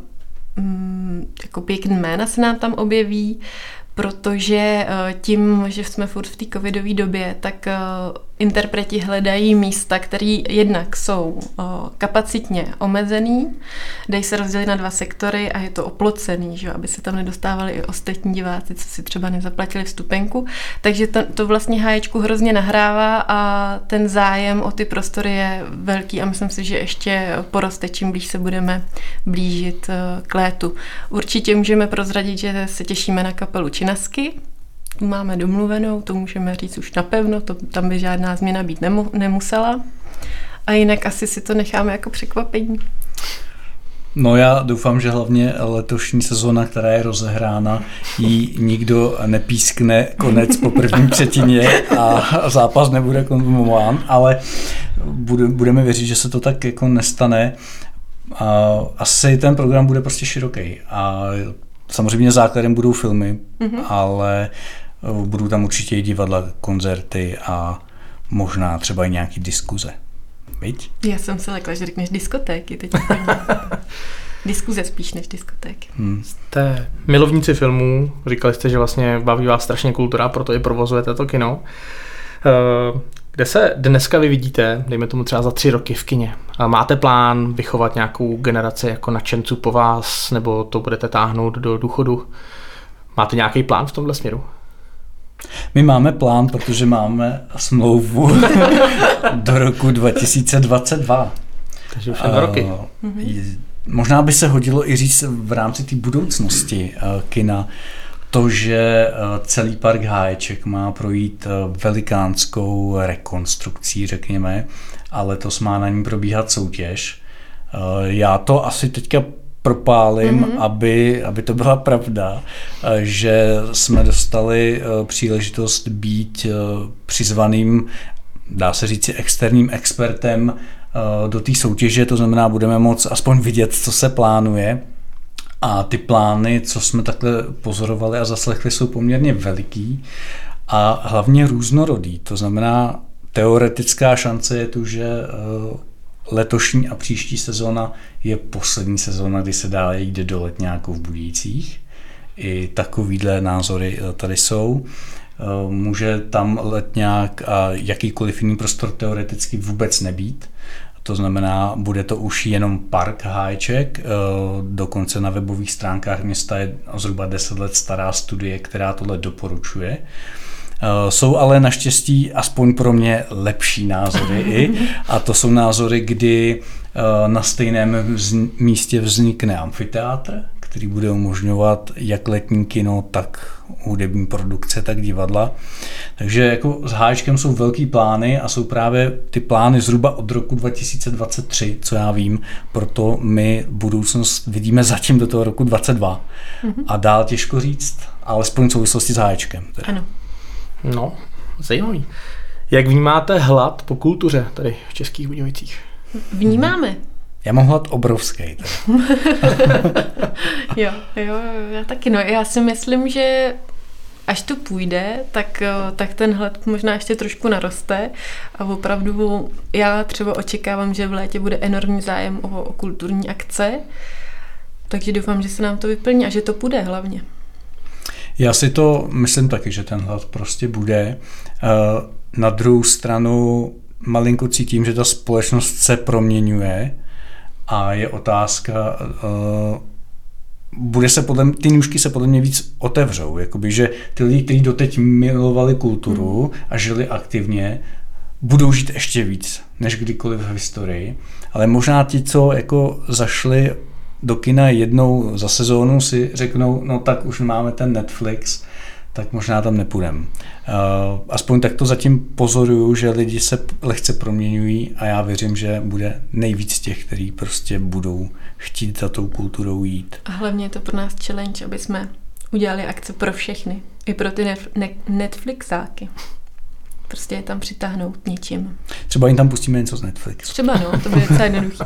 D: mm, jako pěkný jména se nám tam objeví, protože tím, že jsme furt v té covidové době, tak interpreti hledají místa, které jednak jsou kapacitně omezený, dají se rozdělit na dva sektory a je to oplocený, že? Aby se tam nedostávali i ostatní diváci, co si třeba nezaplatili vstupenku. Takže to, to vlastně háječku hrozně nahrává a ten zájem o ty prostory je velký a myslím si, že ještě poroste, čím blíž se budeme blížit k létu. Určitě můžeme prozradit, že se těšíme na kapelu Činasky. Máme domluvenou, to můžeme říct už napevno, to, tam by žádná změna být nemu, nemusela. A jinak asi si to necháme jako překvapení.
C: No já doufám, že hlavně letošní sezóna, která je rozehrána, jí nikdo nepískne konec po první třetině a zápas nebude konzumován, ale budeme věřit, že se to tak jako nestane. Asi ten program bude prostě široký a samozřejmě základem budou filmy, mm-hmm. ale budou tam určitě i divadla, koncerty a možná třeba i nějaký diskuze. Viď?
D: Já jsem se lekla, že řekneš diskotéky. Teď diskuze spíš než diskotéky.
C: Hmm.
B: Jste milovníci filmů, říkali jste, že vlastně baví vás strašně kultura, proto i provozujete to kino. Kde se dneska vy vidíte, dejme tomu třeba za tři roky v kině? Máte plán vychovat nějakou generaci jako nadšenců po vás, nebo to budete táhnout do důchodu? Máte nějaký plán v tomhle směru?
C: My máme plán, protože máme smlouvu do roku dva tisíce dvacet dva.
B: Takže už je dva roky.
C: Uh, možná by se hodilo i říct v rámci té budoucnosti uh, kina, to, že celý park Háječek má projít velikánskou rekonstrukcí, řekněme, a letos má na ní probíhat soutěž. Já to asi teďka propálím, mm-hmm. aby, aby to byla pravda, že jsme dostali příležitost být přizvaným, dá se říct, externím expertem do té soutěže, to znamená, budeme moct aspoň vidět, co se plánuje. A ty plány, co jsme takhle pozorovali a zaslechli, jsou poměrně veliký a hlavně různorodý. To znamená, teoretická šance je tu, že letošní a příští sezóna je poslední sezóna, kdy se dá jít do Letňáků v Budějcích. I takovýhle názory tady jsou. Může tam Letňák a jakýkoliv jiný prostor teoreticky vůbec nebýt. To znamená, bude to už jenom park Háječek, dokonce na webových stránkách města je zhruba deset let stará studie, která tohle doporučuje. Jsou ale naštěstí, aspoň pro mě, lepší názory i, a to jsou názory, kdy na stejném místě vznikne amfiteátr, který bude umožňovat jak letní kino, tak hudební produkce, tak divadla. Takže jako s Háječkem jsou velký plány a jsou právě ty plány zhruba od roku dva tisíce dvacet tři, co já vím, proto my budoucnost vidíme zatím do toho roku dvacet dva. Mm-hmm. A dál těžko říct, alespoň v souvislosti s Háječkem. Teda.
D: Ano.
B: No, zajímavý. Jak vnímáte hlad po kultuře tady v Českých Budějovicích?
D: Vnímáme.
C: Já mám hlad obrovský.
D: jo, jo, já taky. No, já si myslím, že až to půjde, tak, tak ten hlad možná ještě trošku naroste a opravdu já třeba očekávám, že v létě bude enormní zájem o, o kulturní akce, takže doufám, že se nám to vyplní a že to půjde hlavně.
C: Já si to myslím taky, že ten hlad prostě bude. Na druhou stranu malinko cítím, že ta společnost se proměňuje a je otázka, bude se podle, ty nůžky se podle mě víc otevřou, jakoby, že ty lidi, kteří doteď milovali kulturu a žili aktivně, budou žít ještě víc, než kdykoliv v historii, ale možná ti, co jako zašli do kina jednou za sezónu, si řeknou, no tak už máme ten Netflix, tak možná tam nepůjdem. Aspoň tak to zatím pozoruju, že lidi se lehce proměňují a já věřím, že bude nejvíc těch, kteří prostě budou chtít za tou kulturou jít.
D: A hlavně je to pro nás challenge, aby jsme udělali akce pro všechny. I pro ty nef- ne- Netflixáky. Prostě je tam přitáhnout něčím.
C: Třeba jim tam pustíme něco z Netflixu.
D: Třeba no, to bude docela jednoduchý.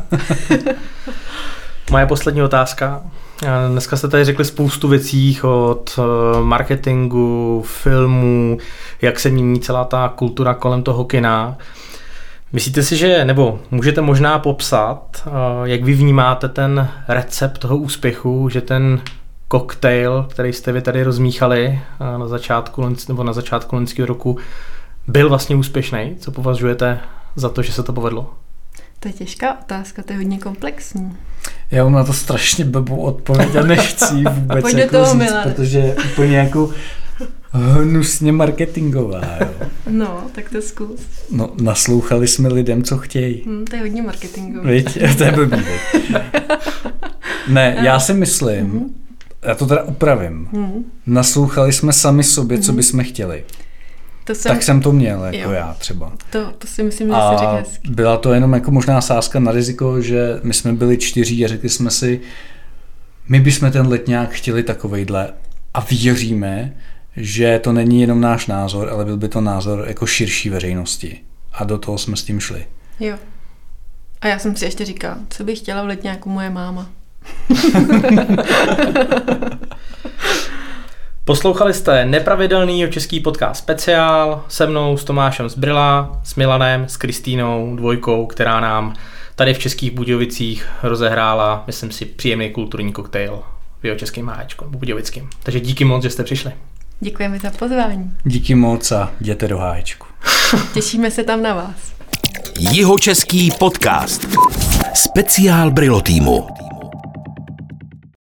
B: Moje poslední otázka. Dneska jste tady řekli spoustu věcí od marketingu, filmů, jak se mění celá ta kultura kolem toho kina. Myslíte si, že, nebo můžete možná popsat, jak vy vnímáte ten recept toho úspěchu, že ten koktejl, který jste vy tady rozmíchali na začátku, nebo na začátku loňského roku, byl vlastně úspěšný? Co považujete za to, že se to povedlo?
D: To je těžká otázka, to je hodně komplexní.
C: Já mám na to strašně blbou odpověď a nechci vůbec
D: Pojď
C: jako
D: toho,
C: říct,
D: Milane.
C: protože je úplně jako hnusně marketingová. Jo.
D: No, tak to zkus.
C: No, naslouchali jsme lidem, co chtějí.
D: Hmm, to je hodně marketingový.
C: Víš, to je blbý. Ne, já si myslím, mm-hmm. já to teda upravím, mm-hmm. naslouchali jsme sami sobě, mm-hmm. co bychom chtěli.
D: To jsem,
C: tak jsem to měl, jako
D: jo.
C: já třeba.
D: To, to si myslím, že
C: a
D: si řekl hezky.
C: Byla to jenom jako možná sázka na riziko, že my jsme byli čtyří a řekli jsme si, my bychom ten letňák chtěli takovejhle a věříme, že to není jenom náš názor, ale byl by to názor jako širší veřejnosti. A do toho jsme s tím šli.
D: Jo. A já jsem si ještě říkala, co bych chtěla v letňáku moje máma.
B: Poslouchali jste nepravidelný český podcast speciál se mnou, s Tomášem z Brila, s Milanem, s Kristýnou, dvojkou, která nám tady v Českých Budějovicích rozehrála, myslím si, příjemný kulturní koktejl v Jihočeském Háječku, budějovickým. Takže díky moc, že jste přišli.
D: Děkujeme za pozvání.
C: Díky moc a jděte do Háječku.
D: Těšíme se tam na vás.
A: Jihočeský podcast. Speciál Brilo týmu.